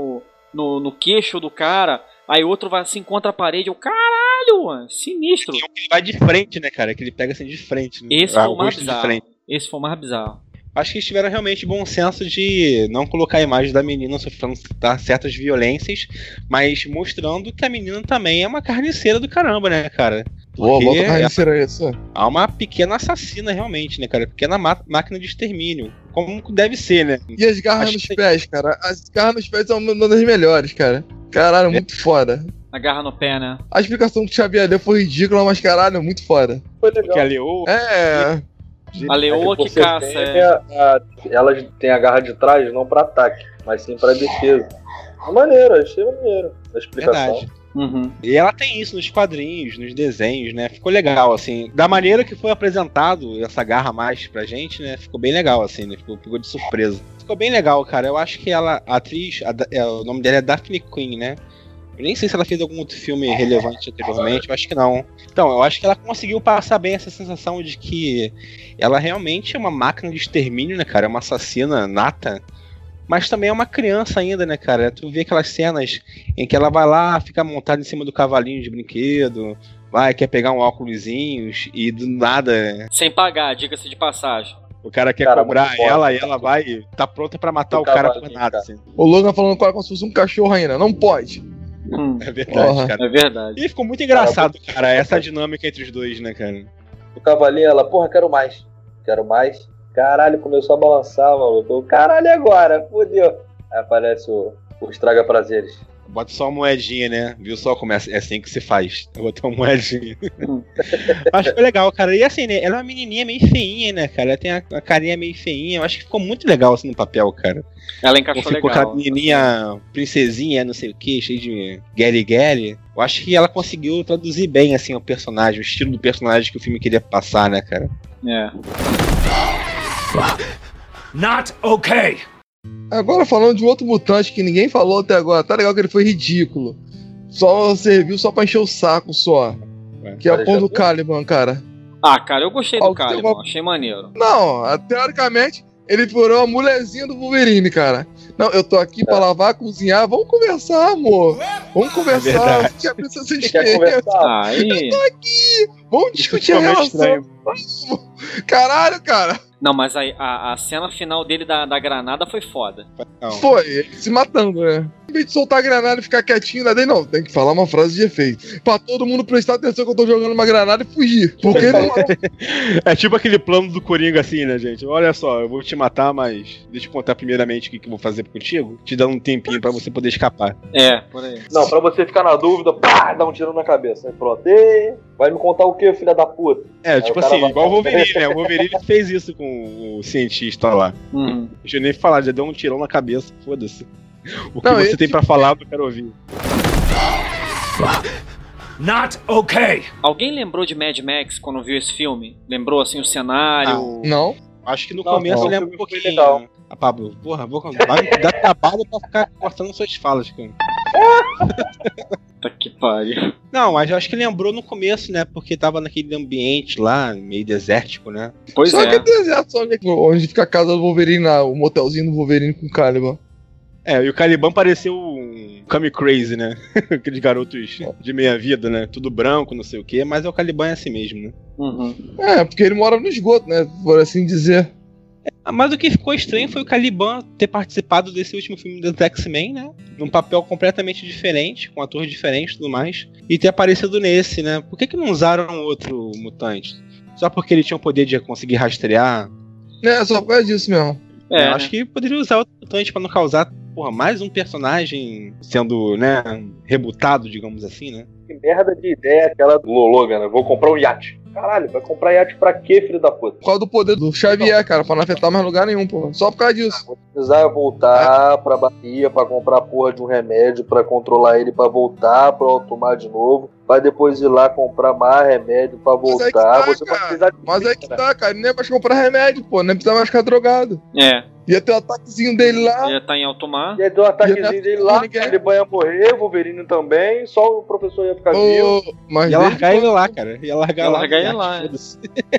no queixo do cara, aí outro vai assim contra a parede, eu, caralho, mano, sinistro. Ele vai de frente, né, cara? Que ele pega assim de frente. Né? Esse foi o mais rosto de bizarro. frente. Esse foi o mais bizarro. Acho que eles tiveram realmente bom senso de não colocar a imagem da menina sofrendo certas violências, mas mostrando que a menina também é uma carniceira do caramba, né, cara? Pô, Porque bota carniceira essa. há uma pequena assassina realmente, né, cara? Pequena máquina de extermínio. Como deve ser, né? E as garras Acho nos que- pés, cara. As garras nos pés são uma das melhores, cara. Caralho, muito foda. A garra no pé, né? A explicação que o Xavier deu foi ridícula, mas caralho, muito foda. Foi Porque legal. a Leoa. É. A leoa que Você caça, tem é. elas têm a garra de trás não pra ataque, mas sim pra defesa. É maneiro, achei maneiro a explicação. Verdade. Uhum. E ela tem isso nos quadrinhos, nos desenhos, né? Ficou legal, assim. Da maneira que foi apresentado essa garra mais pra gente, né? Ficou bem legal, assim, né? Ficou de surpresa. Ficou bem legal, cara. Eu acho que ela, a atriz, o nome dela é Daphne Quinn, né? Eu nem sei se ela fez algum outro filme relevante anteriormente, eu acho que não. Então, eu acho que ela conseguiu passar bem essa sensação de que ela realmente é uma máquina de extermínio, né, cara? É uma assassina nata. Mas também é uma criança ainda, né, cara? Tu vê aquelas cenas em que ela vai lá, fica montada em cima do cavalinho de brinquedo, quer pegar um óculosinho e do nada Sem pagar, diga-se de passagem. o cara quer Cara, cobrar muito foda. ela e ela vai e tá pronta pra matar O o cara por cavalinho, nada, cara. assim. O Logan falando com ela como se fosse um cachorro ainda. Não pode. É verdade, Porra. cara. É verdade. E ficou muito engraçado, cara, essa dinâmica entre os dois, né, cara? O cavalinho, ela, porra, quero mais. Quero mais. Caralho, começou a balançar, maluco. Caralho, e agora? Fudeu. Aí aparece o estraga-prazeres. Bota só uma moedinha, né? Viu só como é assim que se faz? Botar uma moedinha. Acho que foi legal, cara. E assim, né? Ela é uma menininha meio feinha, né, cara? Ela tem a carinha meio feinha. Eu acho que ficou muito legal assim no papel, cara. Ela Não encaixou ficou legal. aquela menininha princesinha, não sei o que, cheia de Gary. Eu acho que ela conseguiu traduzir bem, assim, o personagem, o estilo do personagem que o filme queria passar, né, cara? É. Not okay. Agora falando de um outro mutante que ninguém falou até agora. Tá legal que ele foi ridículo. Só serviu só pra encher o saco só. Que é a porra do Caliban, cara. Ah, cara, eu gostei do Tem Caliban, uma- achei maneiro. Não, teoricamente, ele virou a mulherzinha do Wolverine, cara. Não, eu tô aqui pra lavar, cozinhar. Vamos conversar, amor. Vamos conversar. verdade. Que a princesa Quer Esmeralda. conversar? Aí. Vamos discutir a ficou meio relação. Caralho, cara. Não, mas aí a cena final dele da granada foi foda. Não. Foi, ele se matando, né? Em vez de soltar a granada e ficar quietinho, nada aí não. Tem que falar uma frase de efeito. Pra todo mundo prestar atenção que eu tô jogando uma granada e fugir. Porque ele não É tipo aquele plano do Coringa, assim, né, gente? Olha só, eu vou te matar, mas deixa eu contar primeiramente o que eu vou fazer contigo, te dando um tempinho pra você poder escapar. É, por aí. Não, pra você ficar na dúvida, pá, dá um tiro na cabeça. Aí pronto. Ei, vai me contar o que, filha da puta? É, tipo o cara assim, vai- igual o Wolverine, né? O Wolverine fez isso com o cientista lá. Uhum. Deixa eu nem falar, já deu um tirão na cabeça, foda-se. O que Não, você ele- tem pra falar, eu quero ouvir. Not okay. Alguém lembrou de Mad Max quando viu esse filme? Lembrou assim o cenário? Não. Acho que no Não, começo não, eu lembro um o filme foi pouquinho. legal. Ah, Pablo, porra, vai me dar trabalho pra ficar cortando suas falas, cara. Tá que pariu. Não, mas eu acho que lembrou no começo, né? Porque tava naquele ambiente lá, meio desértico, né? Pois Só que é. é deserto, só onde fica a casa do Wolverine lá, o motelzinho do Wolverine com o Caliban. É, e o Caliban pareceu um Come Crazy, né? Aqueles garotos de meia-vida, né? Tudo branco, não sei o quê, mas o Caliban é assim mesmo, né? Uhum. É, porque ele mora no esgoto, né? Por assim dizer. Mas o que ficou estranho foi o Caliban ter participado desse último filme dos X-Men, né? Num papel completamente diferente, com atores diferentes e tudo mais. E ter aparecido nesse, né? Por que não usaram outro mutante? Só porque ele tinha o poder de conseguir rastrear? É, só por causa disso mesmo. Eu acho que poderia usar outro mutante pra não causar, porra, mais um personagem sendo, né, rebutado, digamos assim, né? Que merda de ideia aquela do Logan, né? Vou comprar um iate. Caralho, vai comprar iate pra quê, filho da puta? Por causa do poder do Xavier, cara, pra não afetar mais lugar nenhum, pô. Só por causa disso. Vou precisar voltar pra Bahia pra comprar porra de um remédio pra controlar ele, pra voltar pra alto mar de novo. Vai depois ir lá comprar mais remédio pra voltar. Você vai precisar de Mas é que tá, cara. Ele nem é mais comprar remédio, pô. Nem precisa mais ficar drogado. É. Ia ter o ataquezinho dele lá. Ia tá em alto mar. Ia ter um ataquezinho dele lá, ninguém. ele ia morrer, o Wolverine também, só o professor ia ficar vivo. Mas Ia desde largar ele lá, cara. Ia largar Ia lá. largar ele lá, foda-se.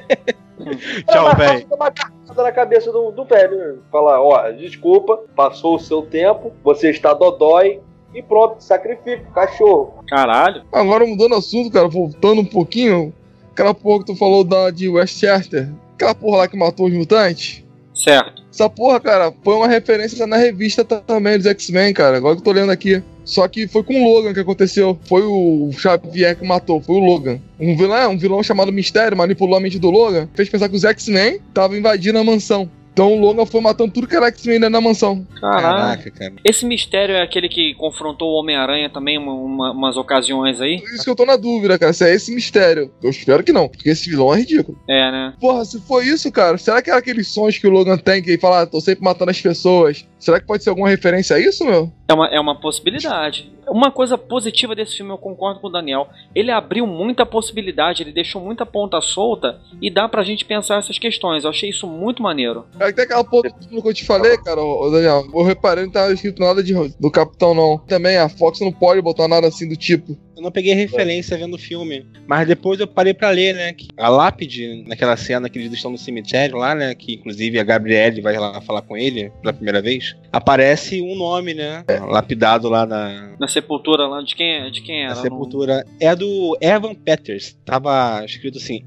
Tchau, velho. Uma cartada na cabeça do velho, né? Falar, ó, desculpa, passou o seu tempo, você está dodói, e pronto, sacrifica, cachorro. Caralho. Agora mudando o assunto, cara, voltando um pouquinho. Aquela porra que tu falou de Westchester. Aquela porra lá que matou os mutantes. Certo. Essa porra, cara, foi uma referência na revista também dos X-Men, cara. Agora que eu tô lendo aqui. Só que foi com o Logan que aconteceu. Foi o Xavier que matou, foi o Logan. Um vilão chamado Mistério manipulou a mente do Logan. Fez pensar que os X-Men estavam invadindo a mansão. Então o Logan foi matando tudo que era X-Men dentro da mansão. Caraca, cara. Esse Mistério é aquele que confrontou o Homem-Aranha também umas ocasiões aí? Por isso que eu tô na dúvida, cara, se é esse Mistério. Eu espero que não, porque esse vilão é ridículo. É, né? Porra, se for isso, cara, será que é aqueles sons que o Logan tem, que ele fala, tô sempre matando as pessoas? Será que pode ser alguma referência a isso, meu? É uma possibilidade. Uma coisa positiva desse filme, eu concordo com o Daniel. Ele abriu muita possibilidade, ele deixou muita ponta solta e dá pra gente pensar essas questões. Eu achei isso muito maneiro. Cara, tem aquela porra que eu te falei, cara, ô Daniel. Eu reparei que não tava escrito nada do Capitão, não. Também a Fox não pode botar nada assim do tipo. Eu não peguei referência vendo o filme, mas depois eu parei pra ler, né? Que a lápide, naquela cena que eles estão no cemitério lá, né? Que inclusive a Gabrielle vai lá falar com ele pela primeira vez. Aparece um nome, né? Lapidado lá na sepultura lá, de quem era? A sepultura é do Evan Peters. Tava escrito assim,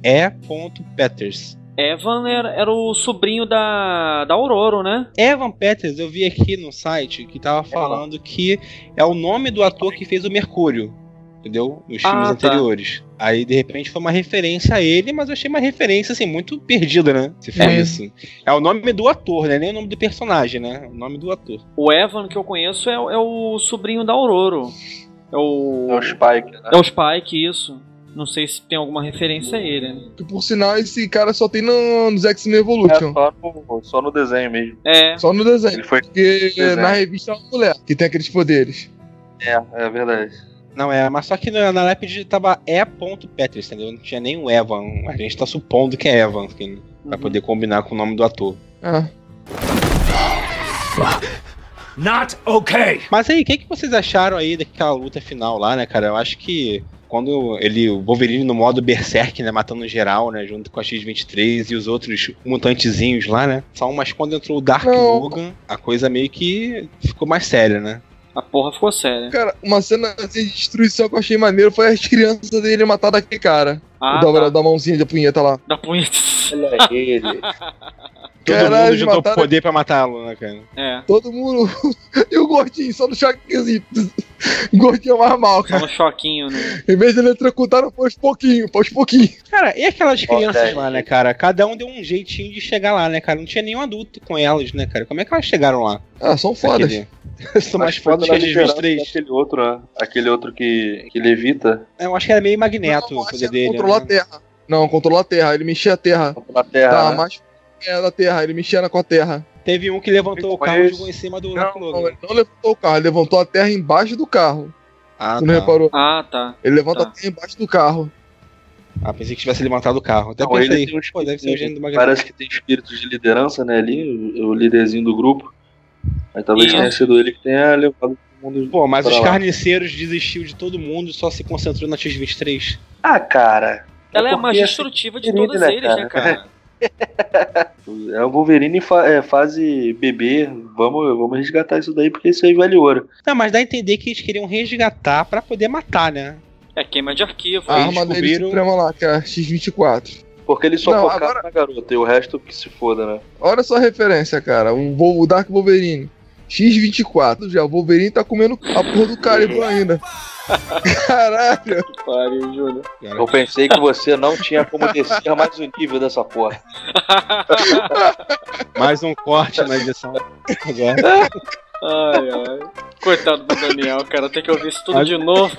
E.Peters. Evan era o sobrinho da Aurora, né? Evan Peters, eu vi aqui no site que tava falando que é o nome do ator que fez o Mercúrio. Entendeu? Nos filmes anteriores. Aí, de repente, foi uma referência a ele, mas eu achei uma referência, assim, muito perdida, né? Se for assim. É o nome do ator, né? Nem o nome do personagem, né? O nome do ator. O Evan, que eu conheço, é o sobrinho da Aurora. É o Spike, né? É o Spike, isso. Não sei se tem alguma referência a ele, né? Que, por sinal, esse cara só tem nos X-Men Evolution. Só no desenho mesmo. É. Só no desenho. Ele foi porque desenho. Na revista é uma mulher que tem aqueles poderes. É verdade. Não, mas só que na lápide tava E.Peters, entendeu? Não tinha nem o Evan. A gente tá supondo que é Evan, pra poder combinar com o nome do ator. Not okay! Mas aí, o que vocês acharam aí daquela luta final lá, né, cara? Eu acho que quando o Wolverine no modo Berserk, né, matando geral, né, junto com a X-23 e os outros mutantezinhos lá, né? Só mas quando entrou o Dark Logan, a coisa meio que ficou mais séria, né? A porra ficou séria. Cara, uma cena assim, de destruição que eu achei maneiro foi as crianças dele matar daquele cara. Da mãozinha de punheta lá. Da punheta. Olha ele. Todo mundo juntou poder pra matá-lo, né, cara? É. Todo mundo. E o gordinho, só no choquinho assim. O gordinho mais mal, cara. Só no choquinho, né? Em vez de eletrocutar, foi aos pouquinhos. Cara, e aquelas crianças lá, né, cara? Cada um deu um jeitinho de chegar lá, né, cara? Não tinha nenhum adulto com elas, né, cara? Como é que elas chegaram lá? São fodas. São mais fodas que a X-23. Aquele outro que levita. Eu acho que era meio Magneto o poder dele. Controlar a Terra. Não, controlar a Terra. Ele mexia a Terra. Controlar a Terra. Tá, mais da Terra. Ele mexia com a Terra. Teve um que levantou o carro e jogou em cima do Logan. Não, ele não levantou o carro. Ele levantou a Terra embaixo do carro. Ah, tu não reparou? Ah, tá. Ele levanta a Terra embaixo do carro. Ah, pensei que tivesse levantado o carro. Até Não, pensei, ele tem um pô, deve ser o gênio do Magneto. Parece que tem espírito de liderança, né, ali, o líderzinho do grupo. Aí talvez Isso. tenha sido ele que tenha levado todo mundo. Pô, mas pra os lá. carniceiros desistiu de todo mundo e só se concentrou na X-23. Ah, cara. Ela é a porque mais é destrutiva de Wolverine, todos né, eles, né, cara? É o Wolverine fase bebê. Vamos resgatar isso daí, porque isso aí vale ouro. Não, mas dá a entender que eles queriam resgatar pra poder matar, né? É queima de arquivo. A Aí arma dele descobriram- suprema lá, que é a X-24. Porque ele só Não, focaram agora- na garota e o resto que se foda, né? Olha só a referência, cara. O Dark Wolverine. X-24. Já o Wolverine tá comendo a porra do Caliban ainda. Caralho. Pariu, Júlio. Eu pensei que você não tinha como descer mais o nível dessa porra. Mais um corte na edição. Agora. Ai, ai. Coitado do Daniel, cara. Tem que ouvir isso tudo de novo.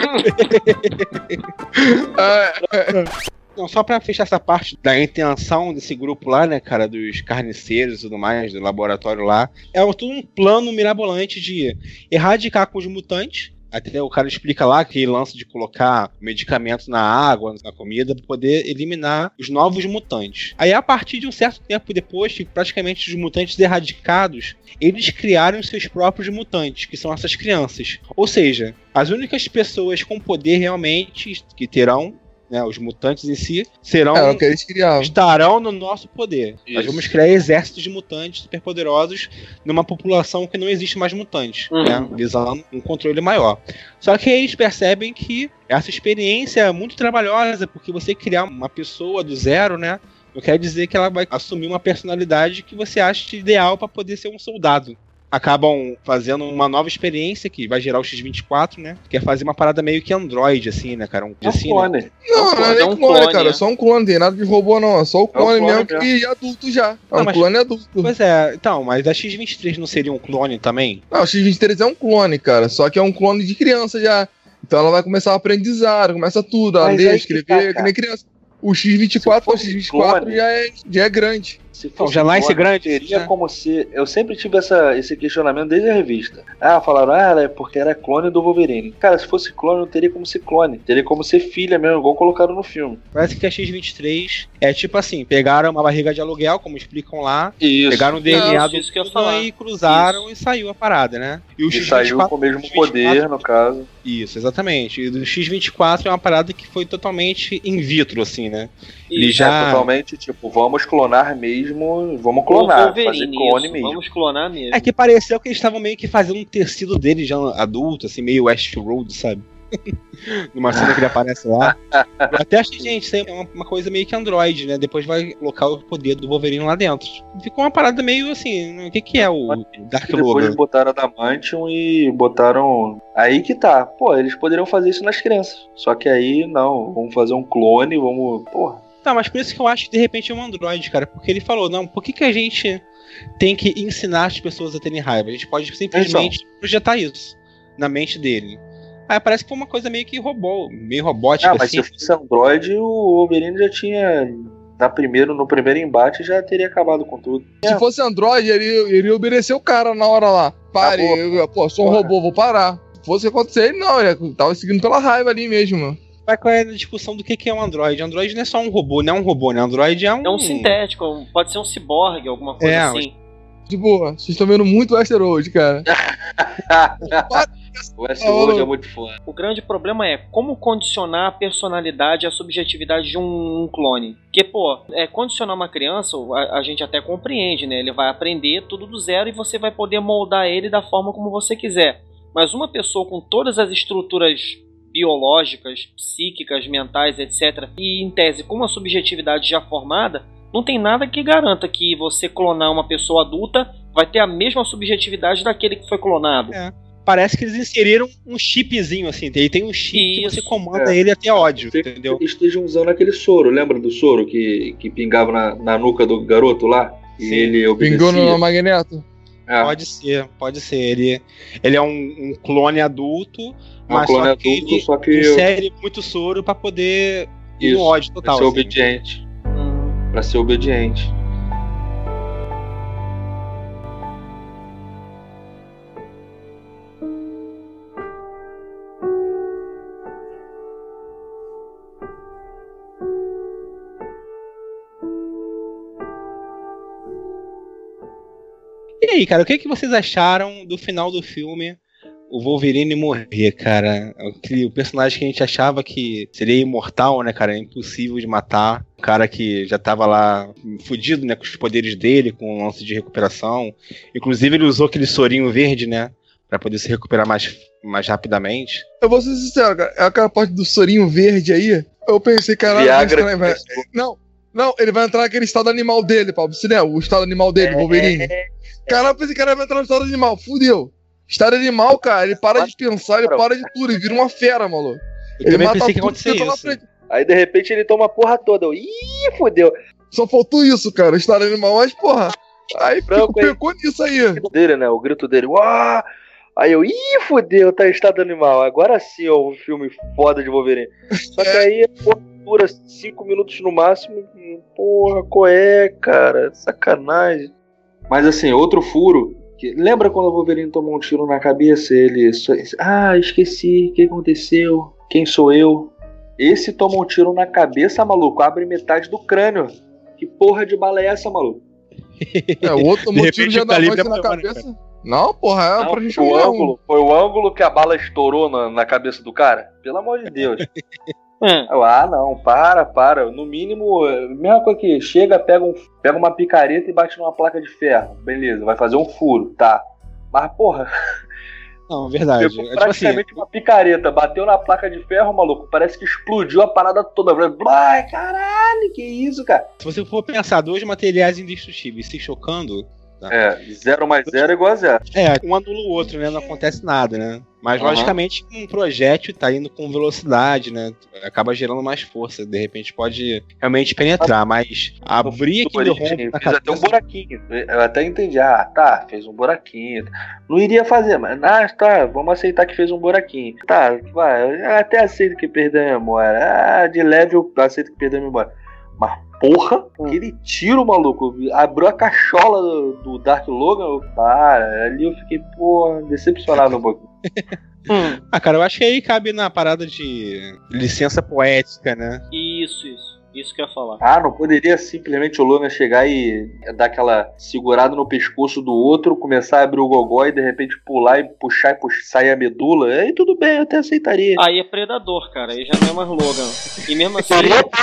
Não, só pra fechar essa parte da intenção desse grupo lá, né, cara, dos carniceiros e tudo mais, do laboratório lá, é tudo um plano mirabolante de erradicar com os mutantes. Até o cara explica lá que lance de colocar medicamento na água, na comida, para poder eliminar os novos mutantes. Aí, a partir de um certo tempo depois, que praticamente os mutantes erradicados, eles criaram seus próprios mutantes, que são essas crianças. Ou seja, as únicas pessoas com poder realmente que terão, né, os mutantes em si, serão É o que eles criavam. estarão no nosso poder. Isso. Nós vamos criar exércitos de mutantes superpoderosos numa população que não existe mais mutantes, né? Visando um controle maior. Só que eles percebem que essa experiência é muito trabalhosa, porque você criar uma pessoa do zero, né? Não quer dizer que ela vai assumir uma personalidade que você acha ideal para poder ser um soldado. Acabam fazendo uma nova experiência que vai gerar o X-24, né? Que é fazer uma parada meio que Android, assim, né, cara? É um Assim, né? clone. Não, não é É nem um clone, clone, cara. né? É só um clone, não tem nada de robô, não. É só o clone, clone mesmo mesmo. que adulto já. É Não, um mas- clone adulto. Pois é, então, mas a X-23 não seria um clone também? Não, o X-23 é um clone, cara. Só que é um clone de criança já. Então ela vai começar a aprendizado, começa tudo, a Mas ler, aí que escrever, tá, que nem criança. O X-24, Se fosse clone- já é grande. Se Então, fosse já nasce clone, grande, teria né? como ser. Eu sempre tive esse questionamento desde a revista. Ah, falaram, ela é porque era clone do Wolverine. Cara, se fosse clone, não teria como ser clone. Teria como ser filha mesmo, igual colocaram no filme. Parece que a X-23 é tipo assim, pegaram uma barriga de aluguel, como explicam lá, Isso. pegaram o DNA isso que eu ia do falar. e cruzaram e saiu a parada, né? E o E saiu com o mesmo poder, no caso. Isso, exatamente. E do X-24 é uma parada que foi totalmente in vitro, assim, né? Ele Isso. já- É totalmente tipo, vamos clonar mesmo. Vamos O clonar, fazer Wolverine, clone isso. mesmo. Vamos clonar mesmo. É que pareceu que eles estavam meio que fazendo um tecido dele já adulto, assim, meio Westworld, sabe? Numa cena que ele aparece lá. Eu até achei, gente, isso aí é uma coisa meio que Android, né? Depois vai colocar o poder do Wolverine lá dentro. Ficou uma parada meio assim, né? O que que é o Dark E depois Logan? botaram Adamantium e botaram. Aí que tá. Pô, eles poderiam fazer isso nas crianças. Só que aí, não. Vamos fazer um clone, vamos. Porra. Tá, mas por isso que eu acho que de repente é um Android, cara. Porque ele falou, não, por que que a gente tem que ensinar as pessoas a terem raiva? A gente pode simplesmente projetar isso na mente dele. Aí parece que foi uma coisa meio que meio robótica, Ah, mas assim. se fosse Android, o Wolverine já tinha. No primeiro embate já teria acabado com tudo. Se fosse Android, ele iria obedecer o cara na hora lá. Pare, Acabou. sou um robô, vou parar. Se fosse acontecer, ele não, ele tava seguindo pela raiva ali mesmo, mano. Vai qual é a discussão do que é um Android? Android não é só um robô, não é um robô, né? Android é um... É um sintético, pode ser um ciborgue, alguma coisa É, assim. De boa, vocês estão vendo muito Westeroid, cara. O Westworld é muito foda. O grande problema é como condicionar a personalidade e a subjetividade de um clone. Porque, pô, condicionar uma criança, a gente até compreende, né? Ele vai aprender tudo do zero e você vai poder moldar ele da forma como você quiser. Mas uma pessoa com todas as estruturas biológicas, psíquicas, mentais, etc., e em tese com uma subjetividade já formada, não tem nada que garanta que você clonar uma pessoa adulta vai ter a mesma subjetividade daquele que foi clonado. É. Parece que eles inseriram um chipzinho, assim. Ele tem um chip que Isso, você comanda ele até ódio, Sempre entendeu? estejam usando aquele soro. Lembra do soro que pingava na nuca do garoto lá? E Sim. ele obedecia. Pingou no Magneto. É, Pode ser. Ele é um clone adulto, é um mas clone só que adulto, ele só que insere muito soro pra poder ir Isso, no ódio pra total. ser assim. obediente. Pra ser obediente. aí, cara, o que vocês acharam do final do filme? O Wolverine morrer, cara. O personagem que a gente achava que seria imortal, né, cara? Impossível de matar. Um cara que já tava lá fudido, né, com os poderes dele, com o lance de recuperação. Inclusive, ele usou aquele sorinho verde, né, pra poder se recuperar mais rapidamente. Eu vou ser sincero, cara. Aquela parte do sorinho verde aí, eu pensei, caralho, Não, ele vai entrar naquele estado animal dele, Paulo. Você lembra? O estado animal dele, Wolverine. Caralho, esse cara vai entrar no estado animal. Fudeu. Estado animal, cara, ele para de pensar, ele para de tudo, ele vira uma fera, maluco. Eu também pensei que acontecia isso. Aí, de repente, ele toma a porra toda. Ih, fodeu. Só faltou isso, cara, o estado animal, mas, porra. Aí pecou nisso aí. O grito dele, né? O grito dele. Uau! Aí eu, ih, fodeu, tá em estado animal. Agora sim, ó, um filme foda de Wolverine. Só que aí, porra, dura 5 minutos no máximo. Porra, qual é, cara? Sacanagem. Mas assim, outro furo. Lembra quando o Wolverine tomou um tiro na cabeça? Ele. Esqueci. O que aconteceu? Quem sou eu? Esse toma um tiro na cabeça, maluco. Abre metade do crânio. Que porra de bala é essa, maluco? O outro tomou um tiro já da voz na cabeça. Né, não, porra, é pra gente ver. Foi o ângulo que a bala estourou na cabeça do cara? Pelo amor de Deus. Não, para. No mínimo, mesma coisa que chega, pega uma picareta e bate numa placa de ferro. Beleza, vai fazer um furo, tá. Mas, porra. Não, verdade. Pegou praticamente uma picareta, bateu na placa de ferro, maluco. Parece que explodiu a parada toda. Ai, caralho, que isso, cara. Se você for pensar, 2 materiais indestrutíveis se chocando. Tá? 0 mais 0 é igual a 0. Um anula o outro, né? Não acontece nada, né? Mas, logicamente, um projétil tá indo com velocidade, né? Acaba gerando mais força. De repente, pode realmente penetrar. Mas abrir aquele rombo na cabeça... até um buraquinho. Eu até entendi. Fez um buraquinho. Não iria fazer, mas... vamos aceitar que fez um buraquinho. Vai. Eu até aceito que perdeu a memória. De leve eu aceito que perdeu a memória. Mas, porra, aquele tiro, maluco, abriu a cachola do Dark Logan. Ali eu fiquei, porra, decepcionado um pouco. Cara, eu acho que aí cabe na parada de licença poética, né? Isso que eu ia falar. Não poderia simplesmente o Logan chegar e dar aquela segurada no pescoço do outro, começar a abrir o gogó e de repente pular e puxar sair a medula? Aí tudo bem, eu até aceitaria. Aí é Predador, cara, aí já não é mais Logan. E mesmo assim...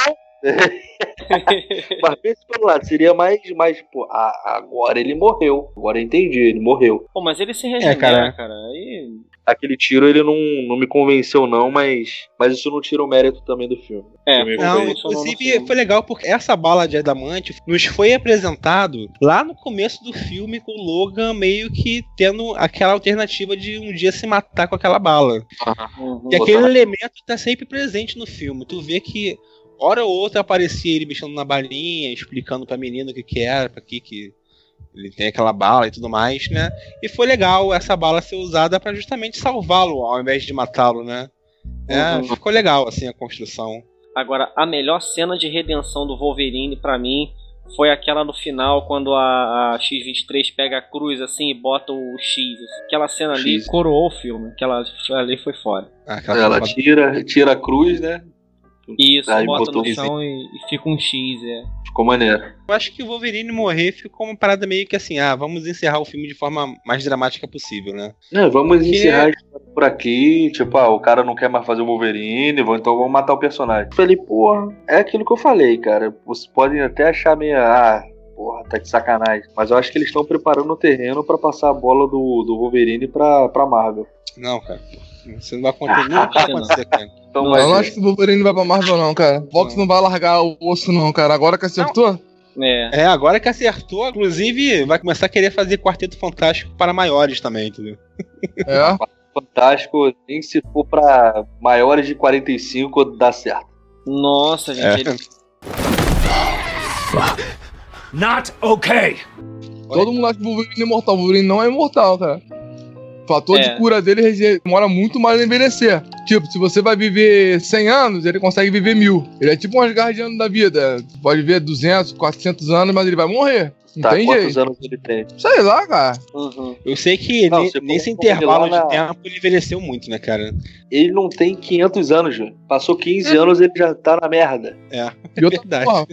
Mas pense pelo lado, seria mais pô, agora ele morreu. Agora eu entendi, ele morreu. Pô, mas ele se regenera, cara. Aí... Aquele tiro ele não me convenceu, não, mas isso não tira o mérito também do filme. Inclusive foi legal porque essa bala de adamante nos foi apresentado lá no começo do filme, com o Logan meio que tendo aquela alternativa de um dia se matar com aquela bala. E aquele elemento tá sempre presente no filme. Tu vê que hora ou outra aparecia ele mexendo na balinha, explicando pra menina o que era, pra que ele tem aquela bala e tudo mais, né? E foi legal essa bala ser usada pra justamente salvá-lo, ao invés de matá-lo, né? Ficou legal, assim, a construção. Agora, a melhor cena de redenção do Wolverine, pra mim, foi aquela no final, quando a X-23 pega a cruz, assim, e bota o X. Aquela cena ali coroou o filme. Aquela ali foi foda. Ela tira a cruz, né? Isso, bota no chão e fica um X, Ficou maneiro. Eu acho que o Wolverine morrer ficou uma parada meio que assim, vamos encerrar o filme de forma mais dramática possível, né? Vamos encerrar por aqui, tipo, o cara não quer mais fazer o Wolverine, então vamos matar o personagem. Eu falei, porra, é aquilo que eu falei, cara. Vocês podem até achar meio, porra, tá de sacanagem. Mas eu acho que eles estão preparando o terreno pra passar a bola do Wolverine pra Marvel. Não, cara. Você não vai acontecer, não vai acontecer, cara. Então eu não acho que o Wolverine vai pra Marvel, não, cara. Fox não vai largar o osso, não, cara. Agora que acertou? Agora que acertou. Inclusive, vai começar a querer fazer Quarteto Fantástico para maiores também, entendeu? Fantástico, nem se for pra maiores de 45, dá certo. Nossa, gente. Not okay! Todo mundo acha que o Wolverine é imortal. O Wolverine não é imortal, cara. O fator de cura dele demora muito mais a envelhecer. Tipo, se você vai viver 100 anos, ele consegue viver 1000. Ele é tipo um Asgardiano da vida. Pode viver 200, 400 anos, mas ele vai morrer. Não tem jeito. Quantos anos ele tem? Sei lá, cara. Eu sei que nesse intervalo de tempo ele envelheceu muito, né, cara? Ele não tem 500 anos, velho. Passou 15 anos, ele já tá na merda. É verdade.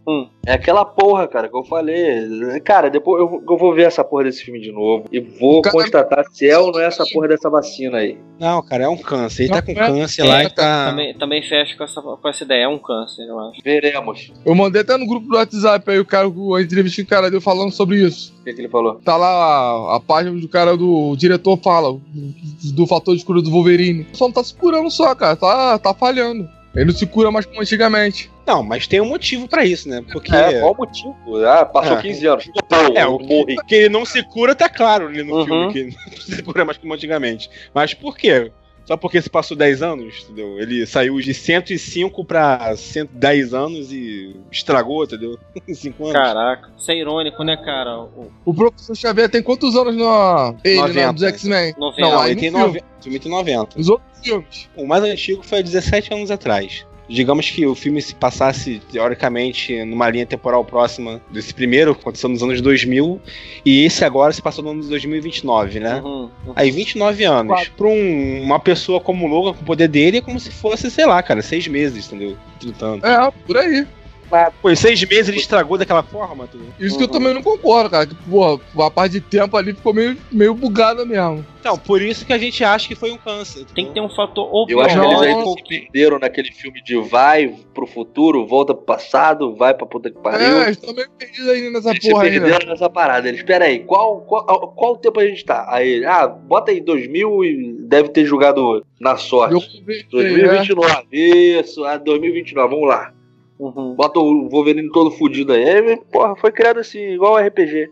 É aquela porra, cara, que eu falei. Cara, depois eu vou ver essa porra desse filme de novo e vou constatar se é ou não é essa porra dessa vacina aí. Não, cara, é um câncer. Ele tá com câncer lá e tá... Também fecho com essa ideia, é um câncer, eu acho. Veremos. Eu mandei até no grupo do WhatsApp aí a entrevista que o cara deu falando sobre isso. O que ele falou? Tá lá a página do cara, do diretor fala do fator de cura do Wolverine. Só não tá se curando só, cara, tá falhando. Ele não se cura mais como antigamente. Não, mas tem um motivo pra isso, né? Porque... qual o motivo? Passou 15 anos. O que ele não se cura tá claro ali no filme, que ele não se cura mais como antigamente. Mas por quê? Só porque se passou 10 anos, entendeu? Ele saiu de 105 pra 110 anos e estragou, entendeu? Em 5 anos. Caraca, isso é irônico, né, cara? O professor Xavier tem quantos anos dos X-Men? 90. Não, ele tem 90. O filme tem 90. Os outros filmes. O mais antigo foi há 17 anos atrás. Digamos que o filme se passasse, teoricamente, numa linha temporal próxima desse primeiro, aconteceu nos anos 2000, e esse agora se passou no ano de 2029, né? Aí 29 anos. Pra uma pessoa como o Logan, com o poder dele, é como se fosse, sei lá, cara, 6 meses, entendeu? Lutando. Por aí. Pô, em 6 meses ele estragou daquela forma, tudo. Isso que eu também não concordo, cara. Que, porra, a parte de tempo ali ficou meio bugada mesmo. Então, por isso que a gente acha que foi um câncer. Tem que ter um fator Eu acho que eles ainda biológico. se perderam naquele filme de vai pro futuro, volta pro passado, vai pra puta que pariu. Eles estão meio perdidos ainda nessa Eles porra se aí, perderam nessa parada. Eles, pera aí, qual tempo a gente tá? Aí, bota aí 2000 e deve ter jogado na sorte. 2029, isso, 2029, vamos lá. Bota o Wolverine todo fudido aí. Porra, foi criado assim, igual RPG.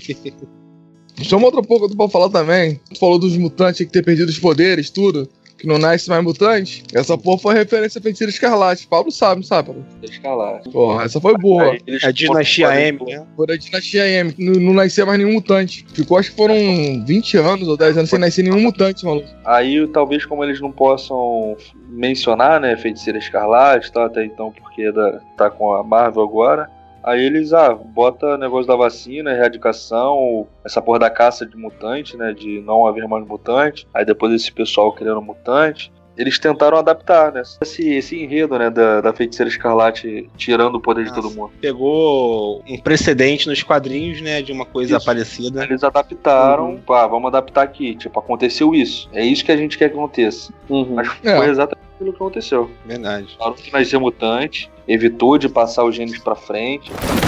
Chama outra pouco pra falar também. Tu falou dos mutantes que ter perdido os poderes, tudo. Que não nasce mais mutante. Essa porra foi referência a Feiticeira Escarlate. Pablo sabe, não sabe, Pablo? Escarlate. Porra, essa foi boa. A Dinastia M, né? Foi da Dinastia M. Não nascia mais nenhum mutante. Ficou, acho que foram 20 anos ou 10 anos sem nascer nenhum mutante, maluco. Aí, talvez, como eles não possam mencionar, né, Feiticeira Escarlate, tá, até então, porque tá com a Marvel agora. Aí eles, bota negócio da vacina, erradicação, essa porra da caça de mutante, né, de não haver mais mutante. Aí depois esse pessoal criando mutante. Eles tentaram adaptar, né, esse enredo, né, da Feiticeira Escarlate tirando o poder de todo mundo. Pegou um precedente nos quadrinhos, né, de uma coisa parecida. Eles adaptaram, vamos adaptar aqui, tipo, aconteceu isso. É isso que a gente quer que aconteça. Mas foi exatamente aquilo que aconteceu. Verdade. Claro que nasceu mutante, evitou de passar os genes pra frente.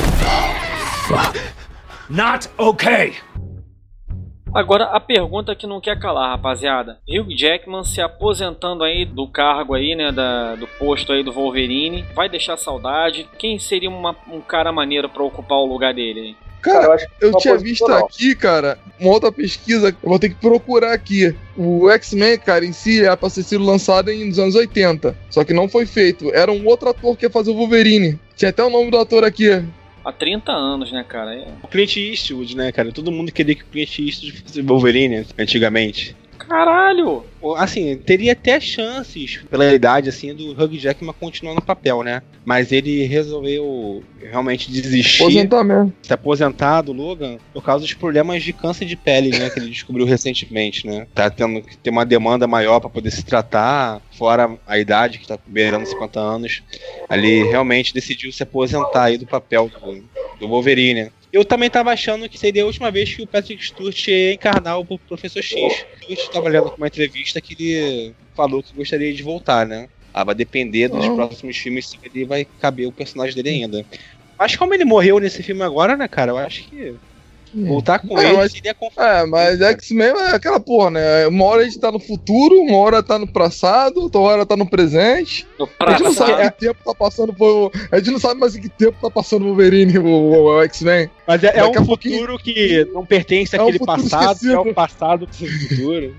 Not okay. Agora, a pergunta que não quer calar, rapaziada. Hugh Jackman se aposentando aí do cargo aí, né, do posto aí do Wolverine. Vai deixar saudade? Quem seria um cara maneiro pra ocupar o lugar dele, hein? Cara, eu tinha visto aqui, cara, uma outra pesquisa, eu vou ter que procurar aqui. O X-Men, cara, em si, era pra ter sido lançado nos anos 80. Só que não foi feito. Era um outro ator que ia fazer o Wolverine. Tinha até o nome do ator aqui. Há 30 anos, né, cara? O Clint Eastwood, né, cara? Todo mundo queria que o Clint Eastwood fosse Wolverine, antigamente. Caralho! Assim, teria até chances, pela idade, assim, do Hugh Jackman continuar no papel, né? Mas ele resolveu realmente desistir. Aposentar mesmo. Se aposentar do Logan por causa dos problemas de câncer de pele, né? Que ele descobriu recentemente, né? Tá tendo que ter uma demanda maior pra poder se tratar, fora a idade, que tá beirando 50 anos. Ali realmente decidiu se aposentar aí do papel do Wolverine, né? Eu também tava achando que seria a última vez que o Patrick Stewart ia encarnar o Professor X. Eu estava lendo uma entrevista que ele falou que gostaria de voltar, né? Vai depender dos próximos filmes se ele vai caber o personagem dele ainda. Mas como ele morreu nesse filme agora, né, cara? Eu acho que voltar com ele seria confortável. Mas X-Men é aquela porra, né? Uma hora a gente tá no futuro, uma hora tá no passado, outra hora tá no presente. A gente não sabe que tempo tá passando a gente não sabe mais em que tempo tá passando o Wolverine, o X-Men. Mas é um futuro que não pertence àquele passado, esquecido. É o passado do futuro.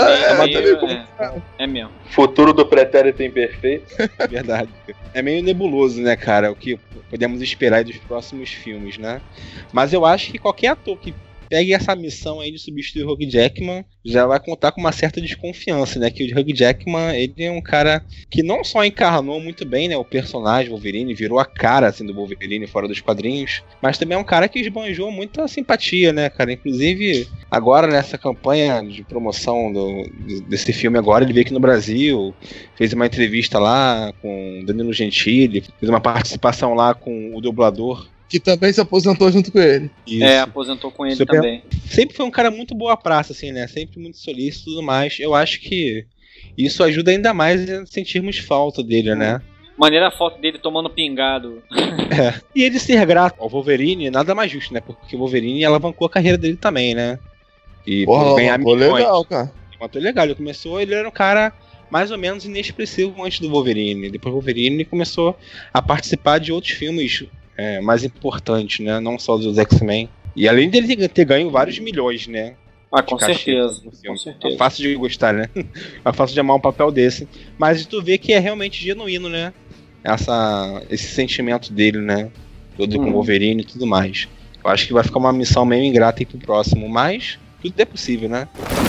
É mesmo. Futuro do pretérito imperfeito. Verdade. É meio nebuloso, né, cara? O que podemos esperar dos próximos filmes, né? Mas eu acho que qualquer ator que pegue essa missão aí de substituir o Hugh Jackman já vai contar com uma certa desconfiança, né? Que o Hugh Jackman, ele é um cara que não só encarnou muito bem, né, o personagem Wolverine, virou a cara, assim, do Wolverine fora dos quadrinhos, mas também é um cara que esbanjou muita simpatia, né, cara? Inclusive, agora nessa campanha de promoção desse filme agora, ele veio aqui no Brasil, fez uma entrevista lá com Danilo Gentili, fez uma participação lá com o dublador Que também se aposentou junto com ele. Isso. Aposentou com ele Super- também. Sempre foi um cara muito boa praça, assim, né? Sempre muito solícito e tudo mais. Eu acho que isso ajuda ainda mais a sentirmos falta dele, né? Maneira a foto dele tomando pingado. E ele ser grato ao Wolverine, nada mais justo, né? Porque o Wolverine alavancou a carreira dele também, né? E Porra, ganhar pô, milhões. legal, cara. Matou legal. Ele começou, ele era um cara mais ou menos inexpressivo antes do Wolverine. Depois do Wolverine começou a participar de outros filmes mais importantes, né? Não só dos X-Men. E além dele ter ganho vários milhões, né? Ah, com de cachê certeza. no filme. Com certeza. É fácil de gostar, né? É fácil de amar um papel desse. Mas tu vê que é realmente genuíno, né? Esse sentimento dele, né? Todo com o Wolverine e tudo mais. Eu acho que vai ficar uma missão meio ingrata aí pro próximo, mas tudo é possível, né?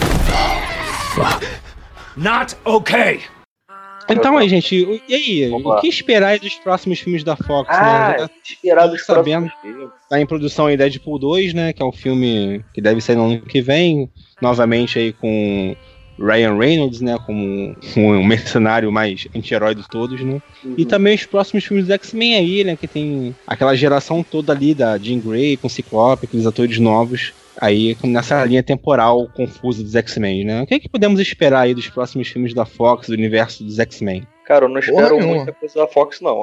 Not okay. Então aí, gente, e aí? Vamos O lá. que esperar aí dos próximos filmes da Fox, né? Já esperar dos sabendo. próximos filmes. tá em produção aí Deadpool 2, né? Que é um filme que deve sair no ano que vem. Novamente aí com Ryan Reynolds, né? Como um mercenário mais anti-herói de todos, né? E também os próximos filmes do X-Men aí, né? Que tem aquela geração toda ali da Jean Grey com Ciclope, aqueles atores novos. Aí nessa linha temporal confusa dos X-Men, né? O que é que podemos esperar aí dos próximos filmes da Fox, do universo dos X-Men? Cara, eu não espero Porra muita coisa da Fox, não.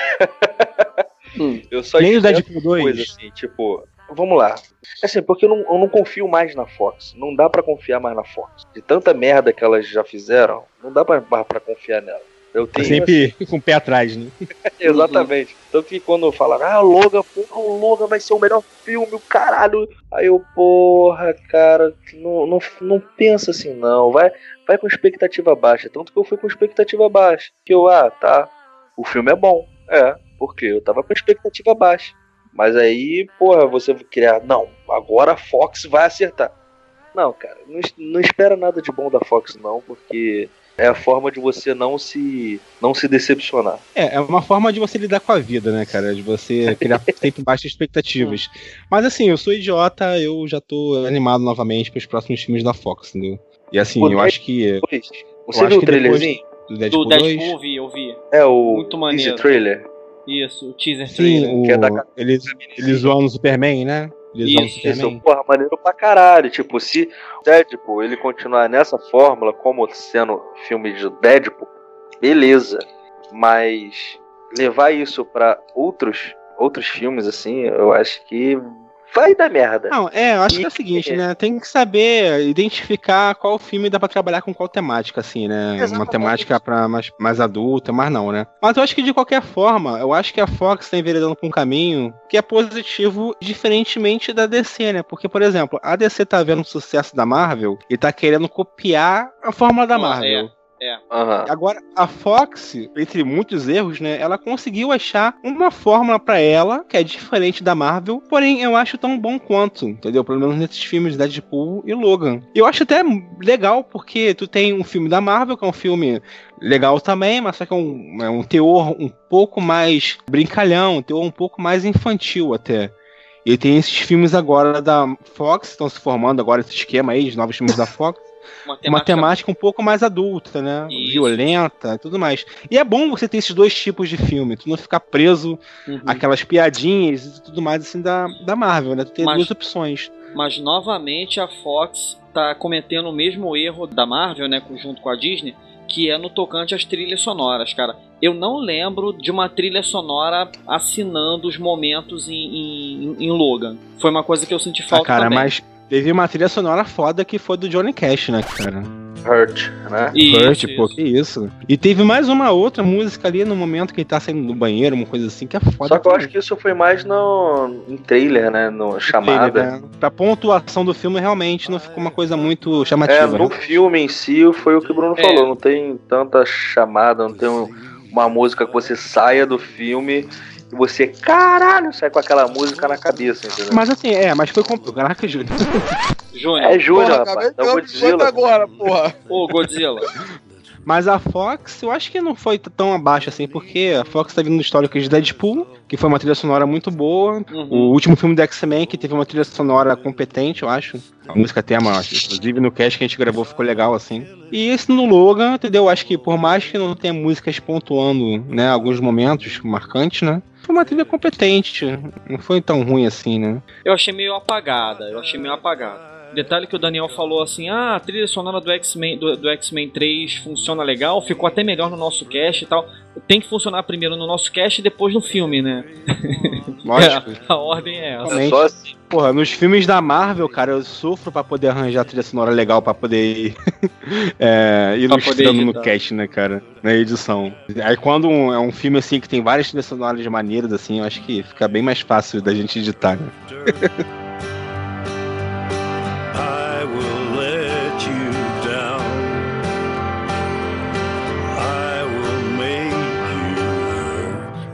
Eu só Nem o espero Deadpool 2? coisa assim, tipo... Vamos lá. Assim, porque eu não confio mais na Fox. Não dá pra confiar mais na Fox. De tanta merda que elas já fizeram, não dá pra confiar nela. Eu Tá tenho... sempre com o pé atrás, né? Exatamente. Tanto que quando falaram, o Logan vai ser o melhor filme, o caralho. Aí eu, porra, cara, não pensa assim, não. Vai com expectativa baixa. Tanto que eu fui com expectativa baixa. Que eu, tá, o filme é bom. Porque eu tava com expectativa baixa. Mas aí, porra, você criar, não, agora a Fox vai acertar. Não, cara, não espera nada de bom da Fox, não, porque... é a forma de você não se decepcionar. É uma forma de você lidar com a vida, né, cara? De você criar sempre baixas expectativas. Mas assim, eu sou idiota, eu já tô animado novamente pros próximos filmes da Fox, entendeu? E assim, eu acho que... Você viu o trailerzinho? Do Do Deadpool Deadpool 2? eu vi. É o Muito maneiro. teaser trailer. Isso, o teaser Sim, trailer. Que é da ele zoando o Superman, né? Ele zoando o Isso, Superman. Porra, maneiro pra caralho. Tipo, se Deadpool ele continuar nessa fórmula, como sendo filme de Deadpool, beleza. Mas levar isso pra outros filmes, assim, eu acho que vai dar merda. Não, eu acho que é o seguinte, né? Tem que saber identificar qual filme dá pra trabalhar com qual temática, assim, né? Exatamente. Uma temática pra mais adulta, mas não, né? Mas eu acho que de qualquer forma, eu acho que a Fox tá enveredando pra um caminho que é positivo, diferentemente da DC, né? Porque, por exemplo, a DC tá vendo o sucesso da Marvel e tá querendo copiar a fórmula da Marvel. Aham. Agora, a Fox, entre muitos erros, né, ela conseguiu achar uma fórmula pra ela que é diferente da Marvel, porém eu acho tão bom quanto, entendeu? Pelo menos nesses filmes Deadpool e Logan. Eu acho até legal porque tu tem um filme da Marvel, que é um filme legal também, mas só que é um teor um pouco mais brincalhão, um teor um pouco mais infantil até. E tem esses filmes agora da Fox, estão se formando agora esse esquema aí de novos filmes da Fox. Uma temática um pouco mais adulta, né? Isso. Violenta e tudo mais. E é bom você ter esses dois tipos de filme, tu não ficar preso àquelas piadinhas e tudo mais assim da Marvel, né? Tu tem duas opções. Mas novamente a Fox tá cometendo o mesmo erro da Marvel, né? Junto com a Disney, que é no tocante às trilhas sonoras, cara. Eu não lembro de uma trilha sonora assinando os momentos em Logan. Foi uma coisa que eu senti falta cara, também. mas teve uma trilha sonora foda que foi do Johnny Cash, né, cara? Hurt, né? Hurt, pô, que isso. E teve mais uma outra música ali no momento que ele tá saindo do banheiro, uma coisa assim, que é foda. Só que eu acho que isso foi mais em trailer, né? No chamada. Trailer, né? Pra pontuação do filme, realmente não ficou uma coisa muito chamativa. No filme em si, foi o que o Bruno falou. Não tem tanta chamada, não tem uma música que você saia do filme e você, caralho, sai com aquela música na cabeça, entendeu? Mas assim, mas foi complicado. Caraca, Júnior. Júnior. É Júnior, Porra, rapaz. acabei É o de Godzilla. agora, porra. Ô, Godzilla. Mas a Fox, eu acho que não foi tão abaixo assim, porque a Fox tá vindo do histórico de Deadpool, que foi uma trilha sonora muito boa. O último filme do X-Men, que teve uma trilha sonora competente, eu acho. A música tema, inclusive no cast que a gente gravou, ficou legal, assim. E esse no Logan, entendeu? Acho que por mais que não tenha músicas pontuando, né, alguns momentos marcantes, né? Foi uma trilha competente. Não foi tão ruim assim, né? Eu achei meio apagada. Detalhe que o Daniel falou assim, a trilha sonora do X-Men 3 funciona legal, ficou até melhor no nosso cast e tal. Tem que funcionar primeiro no nosso cast e depois no filme, né? Lógico. A ordem é essa. É só assim. Porra, nos filmes da Marvel, cara, eu sofro pra poder arranjar trilha sonora legal pra poder ir ilustrando no cast, né, cara? Na edição. Aí quando é um filme assim que tem várias trilhas sonoras maneiras, assim, eu acho que fica bem mais fácil da gente editar, né? I will let you down. I will make you hurt.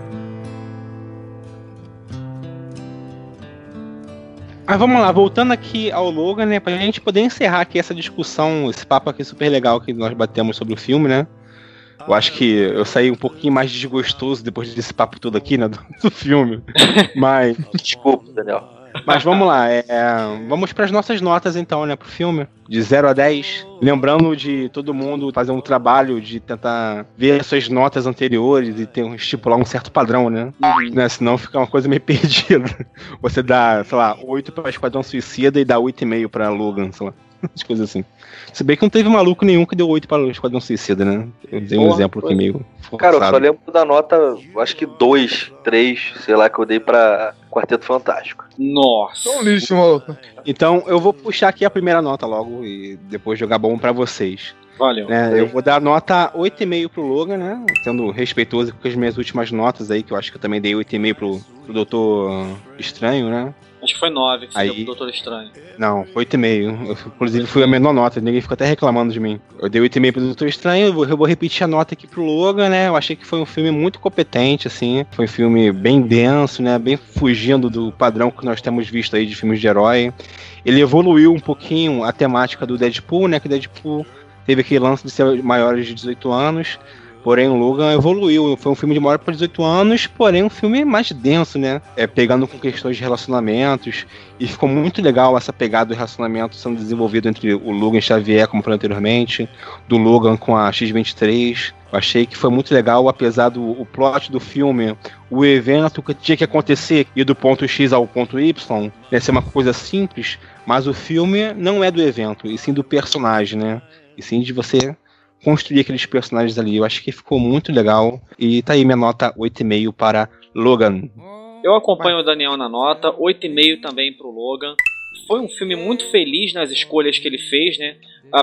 Mas vamos lá, voltando aqui ao Logan, né, pra gente poder encerrar aqui essa discussão, esse papo aqui super legal que nós batemos sobre o filme, né? Eu acho que eu saí um pouquinho mais desgostoso depois desse papo todo aqui, né, do filme. Mas... Desculpa, Daniel. Mas vamos lá, vamos para as nossas notas então, né, pro filme, de 0 a 10. Lembrando de todo mundo fazer um trabalho de tentar ver as suas notas anteriores e estipular um certo padrão, né? Né? Senão fica uma coisa meio perdida. Você dá, sei lá, 8 para Esquadrão Suicida e dá 8,5 para Logan, sei lá. As coisas assim. Se bem que não teve maluco nenhum que deu 8 para o Esquadrão Suicida, né? Eu dei um exemplo aqui meio forçado. Cara, eu só lembro da nota, acho que 2, 3, sei lá, que eu dei pra Quarteto Fantástico. Nossa. É um lixo, maluco. Então eu vou puxar aqui a primeira nota logo e depois jogar bom pra vocês. Valeu. Eu vou dar nota 8,5 pro Logan, né? Sendo respeitoso com as minhas últimas notas aí, que eu acho que eu também dei 8,5 pro Doutor Estranho, né? Acho que foi 9 que você aí... deu pro Doutor Estranho. Não, foi 8,5. Eu, inclusive, fui a menor nota. Ninguém ficou até reclamando de mim. Eu dei 8,5 pro Doutor Estranho. Eu vou repetir a nota aqui pro Logan, né? Eu achei que foi um filme muito competente, assim. Foi um filme bem denso, né? Bem fugindo do padrão que nós temos visto aí de filmes de herói. Ele evoluiu um pouquinho a temática do Deadpool, né? Que Deadpool teve aquele lance de ser maiores de 18 anos. Porém, o Logan evoluiu. Foi um filme de maior para 18 anos, porém um filme mais denso, né? Pegando com questões de relacionamentos. E ficou muito legal essa pegada do relacionamento sendo desenvolvido entre o Logan Xavier, como falei anteriormente, do Logan com a X-23. Eu achei que foi muito legal, apesar do plot do filme, o evento que tinha que acontecer e do ponto X ao ponto Y, né, ser uma coisa simples, mas o filme não é do evento, e sim do personagem, né? E sim de você construir aqueles personagens ali. Eu acho que ficou muito legal. E tá aí minha nota 8,5 para Logan. Eu acompanho o Daniel na nota, 8,5 também pro Logan. Foi um filme muito feliz nas escolhas que ele fez, né?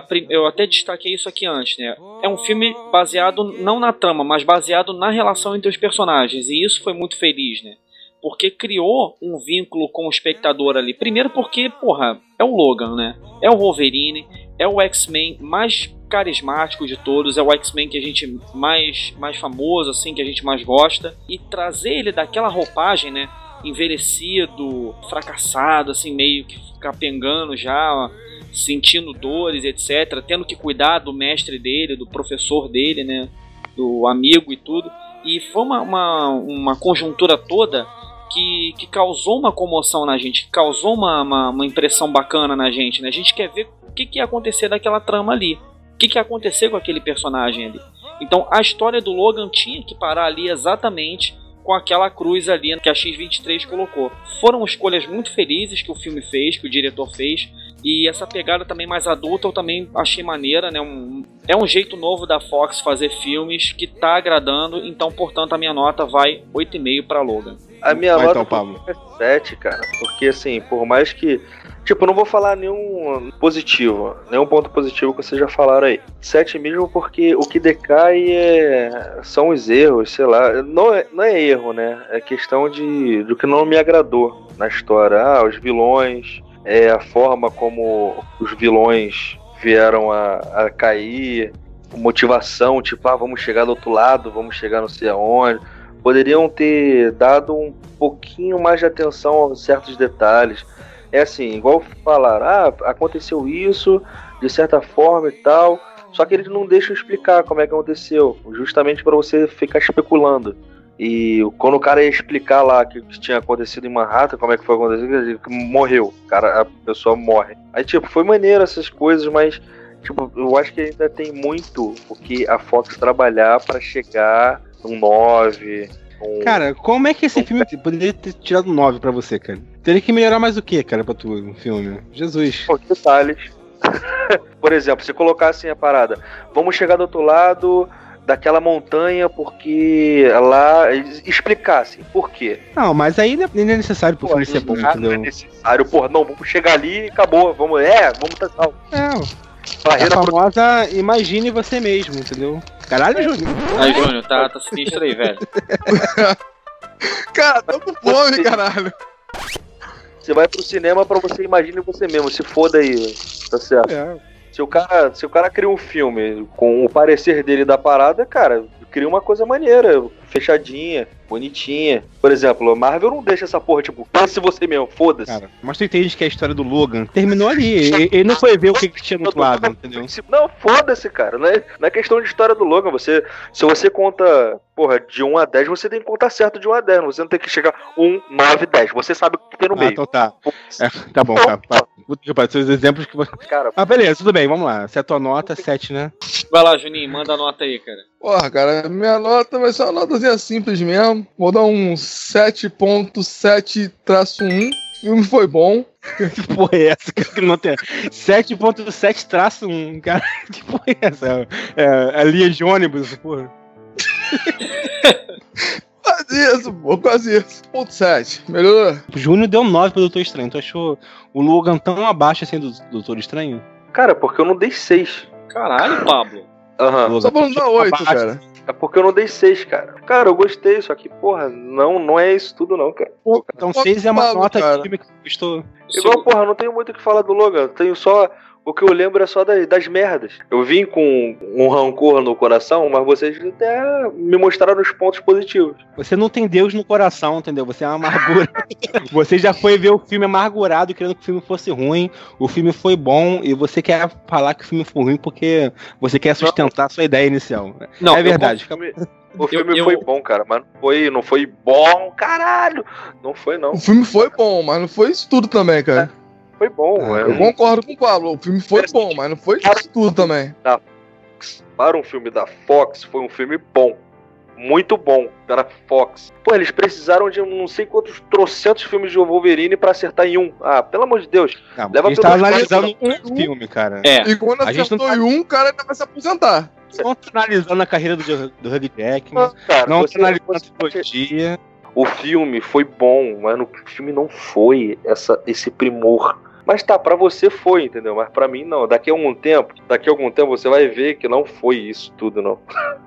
Eu até destaquei isso aqui antes, né? É um filme baseado não na trama, mas baseado na relação entre os personagens. E isso foi muito feliz, né? Porque criou um vínculo com o espectador ali. Primeiro porque, porra, é o Logan, né? É o Wolverine, é o X-Men mais carismático de todos, é o X-Men que a gente mais famoso, assim, que a gente mais gosta. E trazer ele daquela roupagem, né? Envelhecido, fracassado, assim, meio que capengando já, sentindo dores, etc. Tendo que cuidar do mestre dele, do professor dele, né? Do amigo e tudo. E foi uma conjuntura toda que causou uma comoção na gente, que causou uma impressão bacana na gente, né? A gente quer ver o que ia acontecer daquela trama ali, o que ia acontecer com aquele personagem ali. Então a história do Logan tinha que parar ali exatamente com aquela cruz ali que a X-23 colocou. Foram escolhas muito felizes que o filme fez, que o diretor fez, e essa pegada também mais adulta eu também achei maneira, né? É um jeito novo da Fox fazer filmes que tá agradando, então, portanto, a minha nota vai 8,5 pra Logan. A minha nota é 7, cara, porque assim, por mais que... Tipo, eu não vou falar nenhum ponto positivo que vocês já falaram aí. 7 mesmo porque o que decai são os erros, sei lá. Não é erro, né? É questão do que não me agradou na história. Os vilões, a forma como os vilões vieram a cair, motivação, tipo, vamos chegar do outro lado, vamos chegar não sei aonde. Poderiam ter dado um pouquinho mais de atenção a certos detalhes. É assim, igual falaram, aconteceu isso, de certa forma e tal, Só que eles não deixam explicar como é que aconteceu, justamente pra você ficar especulando. E quando o cara ia explicar lá que tinha acontecido em Manhattan, como é que foi acontecido, ele morreu. A pessoa morre. Aí, tipo, foi maneiro essas coisas, mas, tipo, eu acho que ainda tem muito o que a Fox trabalhar pra chegar num 9. Cara, como é que esse filme poderia ter tirado 9 pra você, cara? Teria que melhorar mais o que, cara, pra tu, um filme? Jesus. Pô, detalhes. Por exemplo, se colocassem a parada, vamos chegar do outro lado daquela montanha porque lá eles explicassem por quê. Não, mas aí nem é necessário pro filme ser bom, entendeu? Não é necessário, porra, não, vamos chegar ali e acabou, vamos tá salvo. A famosa imagine você mesmo, entendeu? Caralho, Júnior. Aí, Júnior, tá sinistro aí, velho. Cara, tô com fome, caralho. Você vai pro cinema pra você imaginar você mesmo, se foda aí, tá certo? Se o cara cria um filme com o parecer dele da parada, cara, cria uma coisa maneira, fechadinha, bonitinha. Por exemplo, a Marvel não deixa essa porra, tipo, pense você mesmo, foda-se. Cara, mas tu entende que a história do Logan terminou ali. Ele não foi ver o que tinha no outro lado, entendeu? Não, foda-se, cara. Não é questão de história do Logan. Se você conta, porra, de 1 a 10, você tem que contar certo de 1 a 10. Você não tem que chegar 1, 9, 10. Você sabe o que tem no meio. Então tá. Tá bom, cara. Seus exemplos que você. Cara, beleza, tudo bem, vamos lá. Se é a tua nota, 7, né? Vai lá, Juninho, manda a nota aí, cara. Porra, cara, minha nota vai ser uma notazinha simples mesmo. Vou dar um 7.7-1. O filme foi bom. Que porra é essa? Que não tem 7.7-1, cara. Que porra é essa? É linha de ônibus, porra. Quase isso. 7. Melhorou? O Júnior deu 9 pro Doutor Estranho. Tu achou o Logan tão abaixo assim do Doutor Estranho? Cara, porque eu não dei 6. Caralho, Pablo. Aham. Só pra não dar 8, cara. É porque eu não dei 6, cara. Cara, eu gostei, só que, porra, não é isso tudo não, cara. Então 6 é uma nota de filme que tu gostou. Igual, porra, não tenho muito o que falar do Logan. Tenho só... O que eu lembro é só das merdas. Eu vim com um rancor no coração, mas vocês até me mostraram os pontos positivos. Você não tem Deus no coração, entendeu? Você é uma amargura. Você já foi ver o filme amargurado, querendo que o filme fosse ruim. O filme foi bom e você quer falar que o filme foi ruim porque você quer sustentar a sua ideia inicial. Não, é verdade. O filme foi bom, cara, mas não foi bom, caralho. Não foi, não. O filme foi bom, mas não foi isso tudo também, cara. Foi bom, Eu concordo com o Pablo. O filme foi bom, mas não foi isso tudo também. Para um filme da Fox, foi um filme bom. Muito bom para Fox. Pô, eles precisaram de não sei quantos trocentos filmes de Wolverine pra acertar em um. Ah, pelo amor de Deus. Não, a gente tá analisando um filme, cara. E quando acertou em um, o cara ainda vai se aposentar. Não tá analisando a carreira do Hugh Jackman. Não tá analisando a trilogia. O filme foi bom, mas o filme não foi esse primor. Mas tá, pra você foi, entendeu? Mas pra mim não. Daqui a algum tempo você vai ver que não foi isso tudo, não.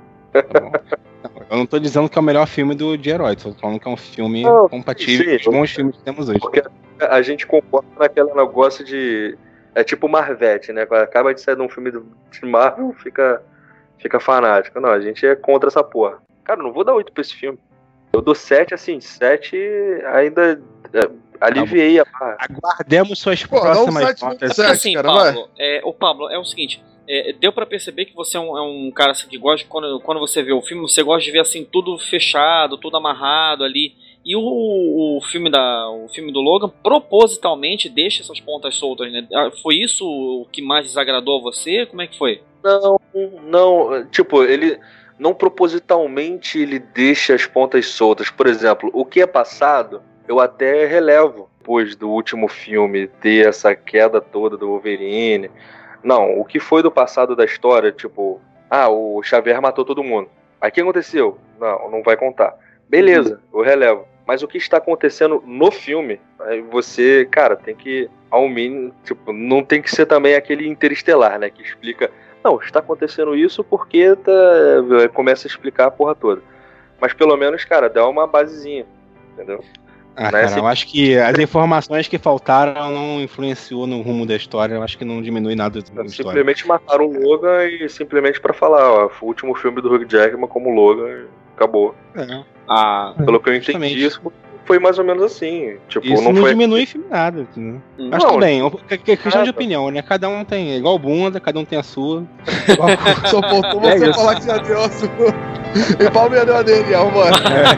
Eu não tô dizendo que é o melhor filme de herói, tô falando que é um filme compatível com os bons filmes que temos hoje. Porque a gente concorda naquele negócio de... É tipo Marvete, né? Quando acaba de sair de um filme de Marvel, fica fanático. Não, a gente é contra essa porra. Cara, eu não vou dar 8 pra esse filme. Eu dou 7, assim, 7 ainda... aliviei a barra. Aguardemos suas próximas notas. Assim, Pablo, o Pablo, é o seguinte, deu pra perceber que você é um cara assim, que gosta, quando você vê o filme, você gosta de ver assim, tudo fechado, tudo amarrado ali. E o filme do Logan propositalmente deixa essas pontas soltas, né? Foi isso o que mais desagradou a você? Como é que foi? Não, tipo, ele... Não propositalmente ele deixa as pontas soltas. Por exemplo, o que é passado, eu até relevo. Depois do último filme ter essa queda toda do Wolverine. Não, o que foi do passado da história, tipo... o Xavier matou todo mundo. Aí o que aconteceu? Não vai contar. Beleza, eu relevo. Mas o que está acontecendo no filme, aí você, cara, tem que... Ao mínimo, tipo, não tem que ser também aquele Interestelar, né? Que explica... Não, está acontecendo isso porque começa a explicar a porra toda. Mas pelo menos, cara, dá uma basezinha, entendeu? Cara, assim... eu acho que as informações que faltaram não influenciou no rumo da história. Eu acho que não diminui nada da história. Simplesmente mataram o Logan e simplesmente pra falar, foi o último filme do Hugh Jackman como Logan e acabou. Pelo que eu entendi, isso foi mais ou menos assim. Tipo, Isso não não foi. diminui filme nada, entendeu? Não, Mas tudo bem, é questão de nada. opinião, né? Cada um tem, igual bunda, cada um tem a sua. Só faltou É você isso. falar que já deu a sua. E Paulo ia dar a dele, vambora.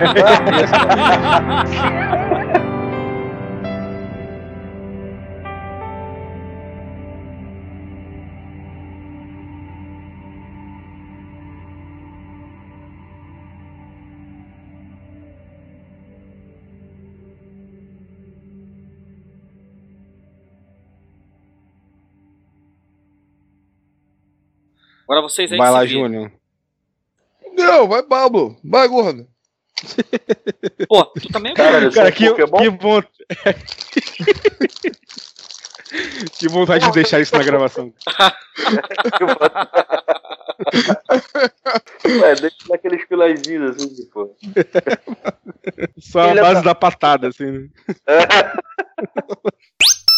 Agora vocês aí Vai que lá, se viram. Júnior. Não, vai Pablo. Vai, gordo. Pô, tu também é Cara, eu sou Cara, um que Pokémon. vontade. Que vontade de deixar isso na gravação. Deixa naqueles pilarzinhos assim, tipo. Só a Filha base da- da patada, assim, né?